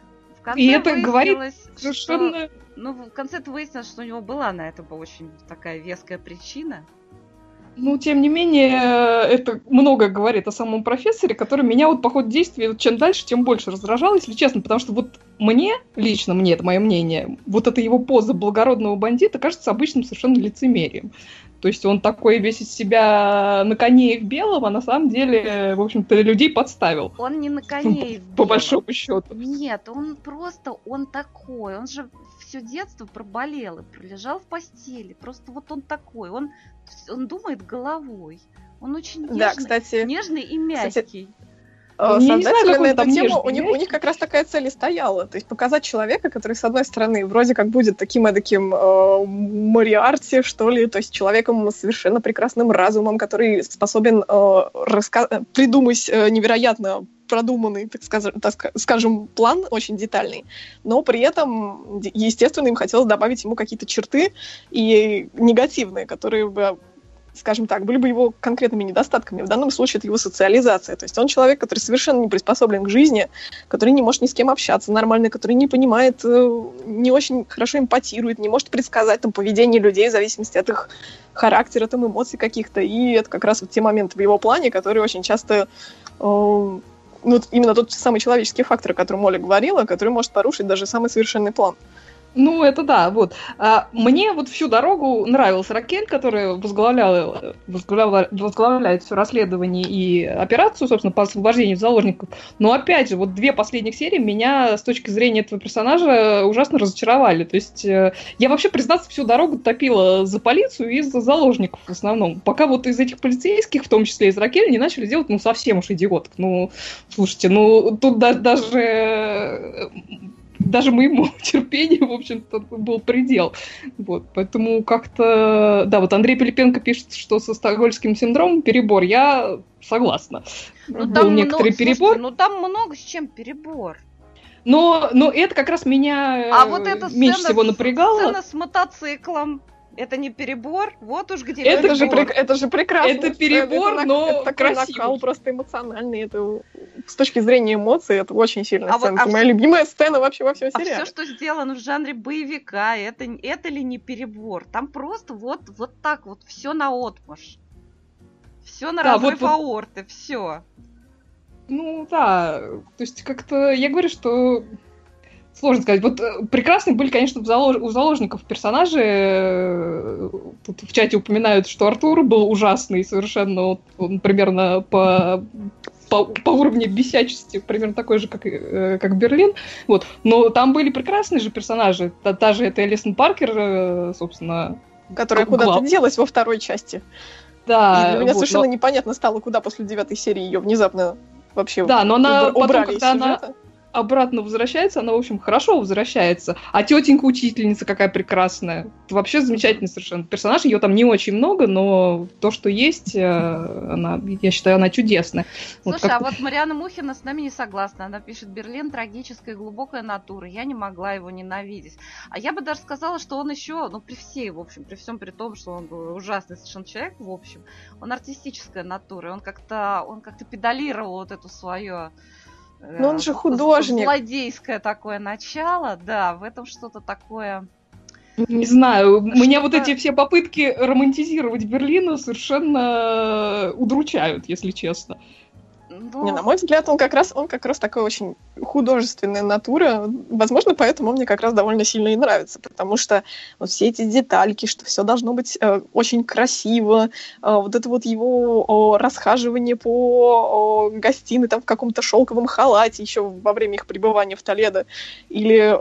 И это говорит совершенно... в конце-то выяснилось, что у него была на это очень такая веская причина. Ну, тем не менее, это много говорит о самом профессоре, который меня вот по ходу действия чем дальше, тем больше раздражал, если честно, потому что вот мне, это мое мнение, вот эта его поза благородного бандита кажется обычным совершенно лицемерием. То есть он такой весь из себя на коне и в белом, а на самом деле, в общем-то, людей подставил. Он не на коне и в белом. По большому счету. Нет, он такой. Он же все детство проболел и пролежал в постели. Просто вот он такой. Он думает головой. Он очень нежный, нежный и мягкий. Создатели на эту тему, у них как раз такая цель и стояла. То есть показать человека, который, с одной стороны, вроде как будет таким эдаким Мориарти, что ли, то есть человеком с совершенно прекрасным разумом, который способен придумать невероятно продуманный, так скажем, план очень детальный, но при этом, естественно, им хотелось добавить ему какие-то черты и негативные, которые бы, скажем так, были бы его конкретными недостатками. В данном случае это его социализация. То есть он человек, который совершенно не приспособлен к жизни, который не может ни с кем общаться нормально, который не понимает, не очень хорошо эмпатирует, не может предсказать там, поведение людей в зависимости от их характера, там, эмоций каких-то. И это как раз вот те моменты в его плане, которые очень часто... именно тот самый человеческий фактор, о котором Оля говорила, который может порушить даже самый совершенный план. Ну, это да, вот. Мне вот всю дорогу нравилась Ракель, которая возглавляет все расследование и операцию, собственно, по освобождению заложников. Но, опять же, вот 2 последних серии меня с точки зрения этого персонажа ужасно разочаровали. То есть я вообще, признаться, всю дорогу топила за полицию и за заложников в основном. Пока вот из этих полицейских, в том числе из Ракель, не начали делать, ну, совсем уж идиотов. Ну, слушайте, ну, тут даже моему терпению, в общем-то, был предел. Вот, поэтому как-то... Да, вот Андрей Пилипенко пишет, что со стокгольмским синдромом перебор. Я согласна. Ну, был некоторый перебор. Слушайте, ну, там много с чем перебор. Но это как раз меня вот эта меньше всего напрягало. Сцена с мотоциклом. Это не перебор, вот уж где это же прекрасно. Это перебор, но это такой красивый. Накал просто эмоциональный. Это, с точки зрения эмоций, это очень сильная сцена. Это моя любимая сцена вообще во всем сериале. А все, что сделано в жанре боевика, это ли не перебор? Там просто вот так вот все наотмашь. Все на разрыв аорты, все. Ну да, то есть как-то я говорю, что сложно сказать. Вот прекрасные были, конечно, у заложников персонажи. Тут в чате упоминают, что Артур был ужасный совершенно. Он примерно по уровню бесячести примерно такой же, как Берлин. Вот. Но там были прекрасные же персонажи. Та же это Элисон Паркер, собственно. Которая куда-то делась во второй части. Да. И для меня совершенно непонятно стало, куда после 9 серии ее внезапно вообще да, но она убрали потом, когда из сюжета. Она обратно возвращается, она, в общем, хорошо возвращается. А тетенька-учительница какая прекрасная. Это вообще замечательный совершенно персонаж. Ее там не очень много, но то, что есть, я считаю, она чудесная. Слушай, а вот Марианна Мухина с нами не согласна. Она пишет: Берлин трагическая и глубокая натура. Я не могла его ненавидеть. А я бы даже сказала, что он еще, при всем при том, что он был ужасный совершенно человек, в общем, он артистическая натура. Он как-то педалировал вот эту свое... Но он же художник. Злодейское такое начало, да, в этом что-то такое... Не знаю, меня вот эти все попытки романтизировать Берлин совершенно удручают, если честно. Не, на мой взгляд, он как раз такой очень художественная натура. Возможно, поэтому он мне как раз довольно сильно и нравится, потому что вот все эти детальки, что все должно быть очень красиво, вот это вот его расхаживание по гостиной там в каком-то шелковом халате еще во время их пребывания в Толедо, или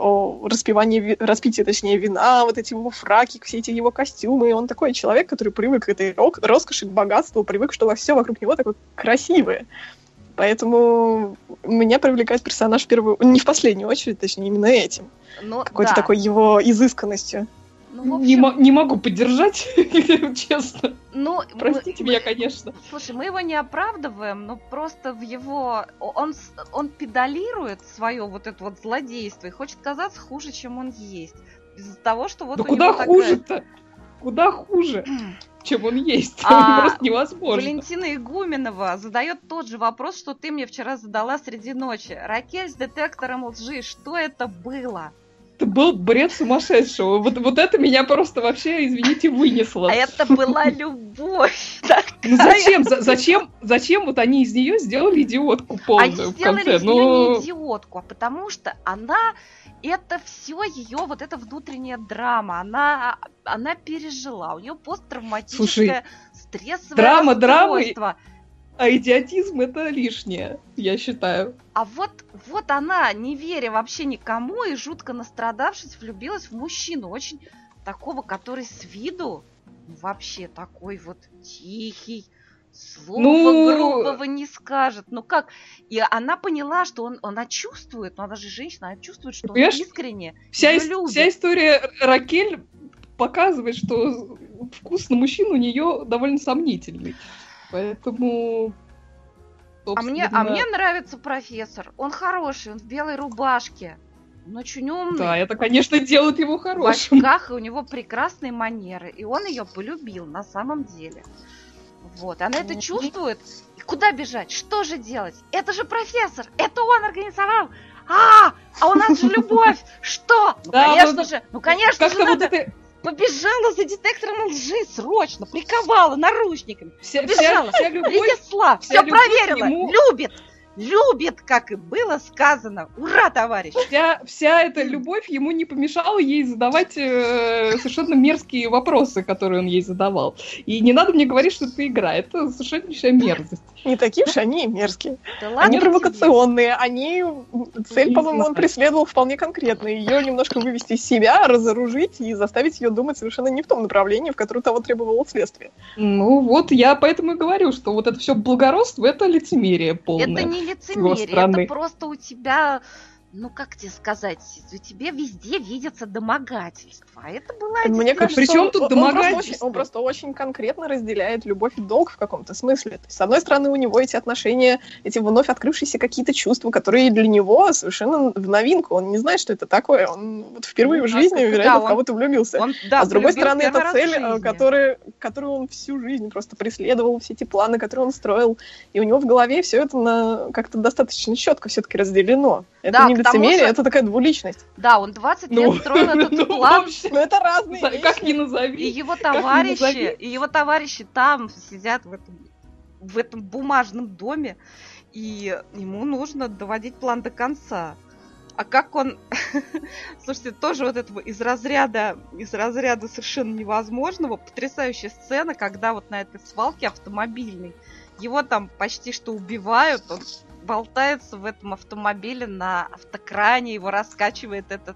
распитие вина, вот эти его фраки, все эти его костюмы. Он такой человек, который привык к этой роскоши, к богатству, привык, что все вокруг него такое красивое. Поэтому меня привлекает персонаж не в последнюю очередь, точнее, именно этим. Какой-то такой его изысканностью. Общем... Не могу поддержать, честно. Простите меня, конечно. Слушай, мы его не оправдываем, но просто в его... Он педалирует свое вот это вот злодейство и хочет казаться хуже, чем он есть. Из-за того, что вот да у куда него хуже-то? Куда хуже, чем он есть? Просто невозможно. Валентина Игуменова задает тот же вопрос, что ты мне вчера задала среди ночи. Ракель с детектором лжи, что это было? Это был бред сумасшедшего. Вот это меня просто вообще, извините, вынесло. А это была любовь. Ну зачем вот они из нее сделали идиотку полную в конце? Они сделали из нее не идиотку, а потому что она... Это все ее вот эта внутренняя драма. Она пережила. У нее посттравматическое стрессовое расстройство. А идиотизм это лишнее, я считаю. А вот она, не веря вообще никому и жутко настрадавшись, влюбилась в мужчину. Очень такого, который с виду вообще такой вот тихий, Слова Ну, грубого не скажет. Ну как? И она поняла, что она чувствует, но она же женщина, она чувствует, что он понимаешь, искренне вся её любит. история Ракель показывает, что вкус на мужчин у нее довольно сомнительный. Поэтому... А мне нравится профессор. Он хороший, он в белой рубашке. Он очень умный. Да, это, конечно, делает его В хорошим. очках, и у него прекрасные манеры. И он ее полюбил на самом деле. Вот, она это чувствует. И куда бежать? Что же делать? Это же профессор! Это он организовал! А у нас же любовь! Что? Ну, конечно же, надо... Побежала за детектором лжи срочно, приковала наручниками. Побежала, принесла, все проверила. Любит, как и было сказано. Ура, товарищ! Вся эта любовь ему не помешала ей задавать совершенно мерзкие вопросы, которые он ей задавал. И не надо мне говорить, что это игра. Это совершеннейшая мерзость. Не такие уж они мерзкие. Да ладно они тебе. провокационные. Цель, по-моему, он преследовал вполне конкретно. Ее немножко вывести из себя, разоружить и заставить ее думать совершенно не в том направлении, в котором того требовало следствие. Ну вот, я поэтому и говорю, что вот это все благородство, это лицемерие полное. Это не лицемерие, это просто у тебя, ну как тебе сказать, у тебя везде видится домогательство. А это было... Мне кажется, причем тут домогательство? Он просто очень конкретно разделяет любовь и долг в каком-то смысле. То есть, с одной стороны, у него эти отношения, эти вновь открывшиеся какие-то чувства, которые для него совершенно в новинку. Он не знает, что это такое. Он вот впервые в жизни, вероятно, в кого-то влюбился. А с другой стороны, это цель, которую он всю жизнь просто преследовал, все эти планы, которые он строил. И у него в голове все это как-то достаточно четко все-таки разделено. Это не лицемерие, это такая двуличность. Да, он 20 лет строил этот план. Но это разные вещи. Как ни назови. И его товарищи там сидят в этом бумажном доме, и ему нужно доводить план до конца. А как он... Слушайте, тоже вот этого из разряда совершенно невозможного. Потрясающая сцена, когда вот на этой свалке автомобильной его там почти что убивают, он болтается в этом автомобиле на автокране, его раскачивает этот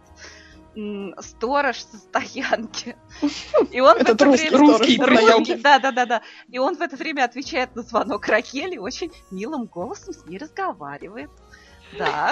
сторож со стоянки. И он это русский. Да. И он в это время отвечает на звонок Ракели и очень милым голосом с ней разговаривает. Да.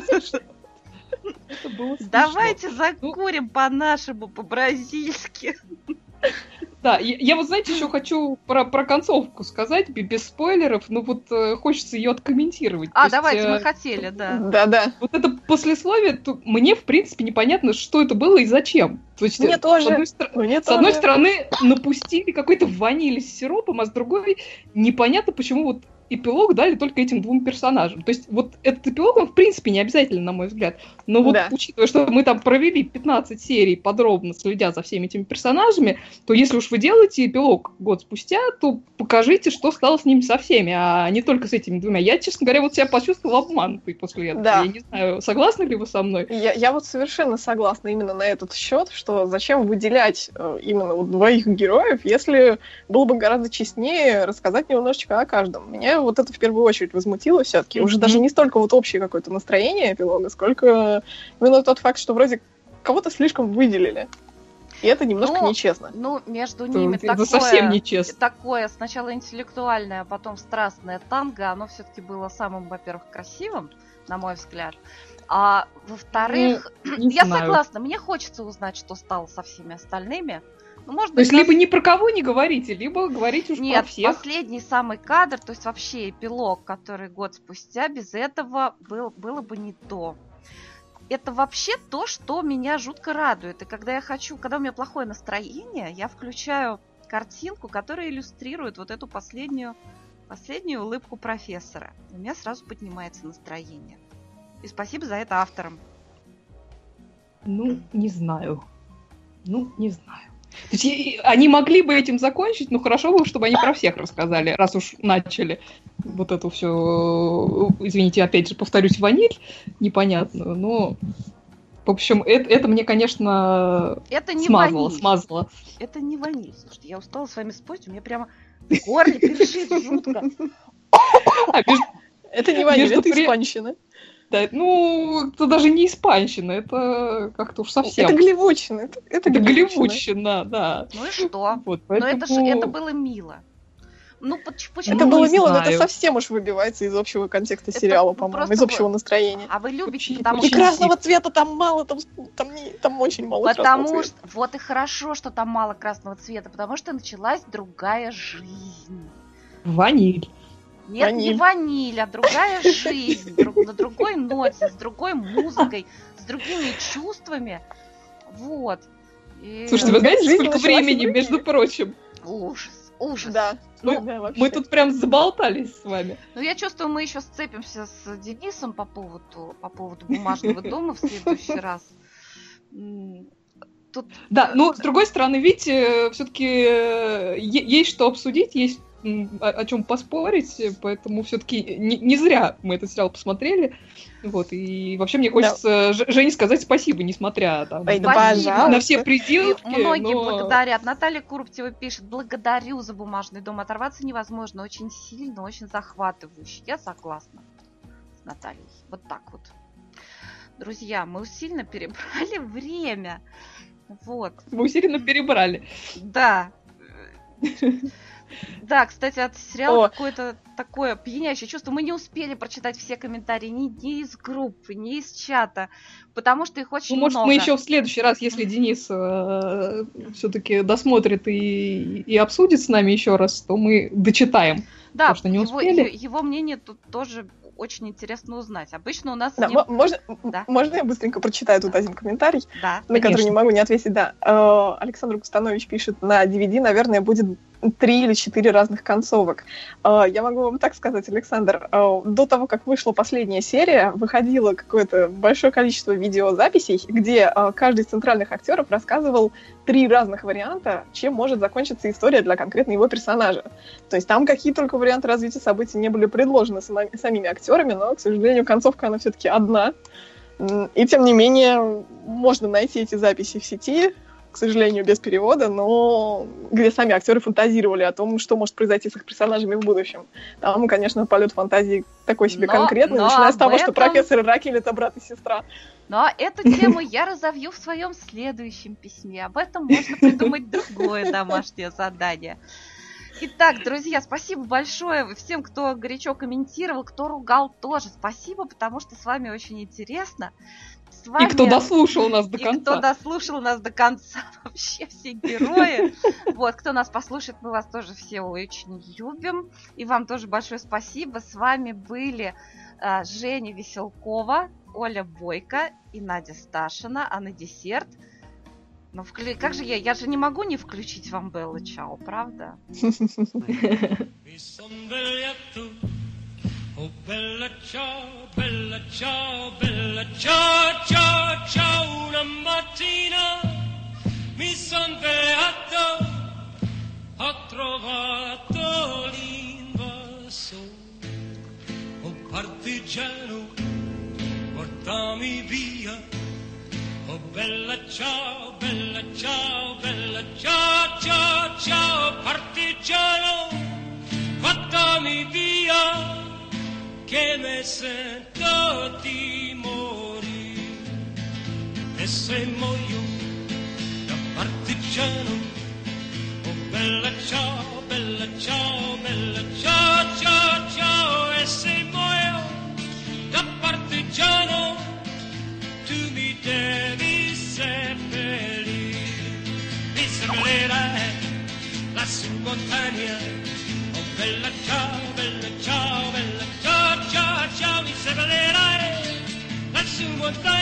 Давайте закурим по-нашему, по-бразильски. Да, я вот, знаете, еще хочу про концовку сказать, без спойлеров, но вот хочется ее откомментировать. Давайте, мы хотели, да. Да. Вот это послесловие, мне, в принципе, непонятно, что это было и зачем. То есть, мне тоже. С одной стороны, напустили какой-то ваниль с сиропом, а с другой непонятно, почему вот эпилог дали только этим двум персонажам. То есть вот этот эпилог, он в принципе не обязательно, на мой взгляд. Но вот учитывая, что мы там провели 15 серий подробно, следя за всеми этими персонажами, то если уж вы делаете эпилог год спустя, то покажите, что стало с ними со всеми, а не только с этими двумя. Я, честно говоря, вот себя почувствовала обманутой после этого. Да. Я не знаю, согласны ли вы со мной? Я вот совершенно согласна именно на этот счет, что зачем выделять именно вот двоих героев, если было бы гораздо честнее рассказать немножечко о каждом. Меня вот это в первую очередь возмутило все-таки. Уже даже не столько вот общее какое-то настроение эпилога, сколько именно тот факт, что вроде кого-то слишком выделили. И это немножко нечестно. Ну, между ними совсем нечестно. Такое сначала интеллектуальное, а потом страстное танго, оно все-таки было самым, во-первых, красивым, на мой взгляд. А во-вторых, я согласна, мне хочется узнать, что стало со всеми остальными. Ну, может быть, то есть либо ни про кого не говорите, либо говорите уж про всех. Нет, последний самый кадр, то есть вообще эпилог, который год спустя, без этого было бы не то. Это вообще то, что меня жутко радует. И когда у меня плохое настроение, я включаю картинку, которая иллюстрирует вот эту последнюю улыбку профессора. У меня сразу поднимается настроение. И спасибо за это авторам. Не знаю. То есть, они могли бы этим закончить, но хорошо бы, чтобы они про всех рассказали, раз уж начали вот эту все, извините, опять же, повторюсь, ваниль непонятную, но, в общем, это мне, конечно, это не смазало. Это не ваниль, слушайте, я устала с вами спорить, у меня прямо в горле перешит жутко. Это не ваниль, это испанщина. Да, это даже не испанщина, это как-то уж совсем. Это голливудщина. Это голливудщина, да. Ну и что? Вот, поэтому... Но это было мило. Ну, почему? Это было не мило, но это знаю. совсем уж выбивается из общего контекста Это сериала, по-моему, просто из общего настроения. А вы любите, Очень- потому И что... красного цвета там мало, там очень мало красного Потому цвета. что... Вот и хорошо, что там мало красного цвета, потому что началась другая жизнь. Ваниль. Нет, не ваниль, а другая жизнь, на другой ноте, с другой музыкой, с другими чувствами. Вот. И... Слушайте, вы знаете, Жизнь сколько началась времени, в Индии. между прочим? Ужас. Да, Ну, да, вообще. Мы тут прям заболтались с вами. Ну, я чувствую, мы еще сцепимся с Денисом по поводу бумажного дома в следующий раз. Тут... Да, ну, с другой стороны, видите, все-таки есть что обсудить, есть о чем поспорить, поэтому все-таки не зря мы этот сериал посмотрели. Вот, и вообще мне хочется Жене сказать спасибо, несмотря там, Ой, да Спасибо. пожалуйста. на все пределки. Многие но- благодарят. Наталья Куруптева пишет: благодарю за бумажный дом. Оторваться невозможно. Очень сильно, очень захватывающе. Я согласна с Натальей. Вот так вот. Друзья, мы сильно перебрали время. Вот. Мы усиленно перебрали. Да. Да, кстати, от сериала О. какое-то такое пьянящее чувство. Мы не успели прочитать все комментарии ни из группы, ни из чата, потому что их очень Ну, может, много. мы еще в следующий раз, если Денис все-таки досмотрит и обсудит с нами еще раз, то мы дочитаем. Да, то, что не успели. его мнение тут тоже очень интересно узнать. Обычно у нас... Да, Да. можно я быстренько прочитаю тут один комментарий, Да. на который Конечно. не могу не ответить, да. Александр Кустанович пишет, на DVD, наверное, будет 3 или 4 разных концовок. Я могу вам так сказать, Александр, до того, как вышла последняя серия, выходило какое-то большое количество видеозаписей, где каждый из центральных актеров рассказывал 3 разных варианта, чем может закончиться история для конкретно его персонажа. То есть там какие только варианты развития событий не были предложены самими актерами, но, к сожалению, концовка, она все-таки одна. И, тем не менее, можно найти эти записи в сети, к сожалению, без перевода, но где сами актеры фантазировали о том, что может произойти с их персонажами в будущем. Там, конечно, полет фантазии такой себе конкретный, начиная с того, что профессор и Ракель — это брат и сестра. Но эту тему я разовью в своем следующем письме. Об этом можно придумать другое домашнее задание. Итак, друзья, спасибо большое всем, кто горячо комментировал, кто ругал тоже. Спасибо, потому что с вами очень интересно. С вами... И кто дослушал нас до конца. И кто дослушал нас до конца, вообще все герои. Вот, кто нас послушает, мы вас тоже все очень любим. И вам тоже большое спасибо. С вами были Женя Веселкова, Оля Бойко и Надя Сташина. А на десерт... Ну, как же я же не могу не включить вам Белла Чао, правда? Mi son svegliato, oh bella ciao, bella ciao, bella ciao, ciao, ciao. Una mattina mi son svegliato, ho trovato l'invasore. Oh partigiano, portami via. Oh bella ciao, bella ciao, bella ciao, ciao, ciao, partigiano, portami via, che mi sento di morire. E se muoio da partigiano, oh bella ciao, bella ciao, bella ciao, ciao, ciao, e se muoio da partigiano, tu mi devi seppellire, mi seppellirai lassù in montagna. Oh bella ciao, bella ciao, bella ciao, ciao, ciao, mi seppellirai lassù in montagna.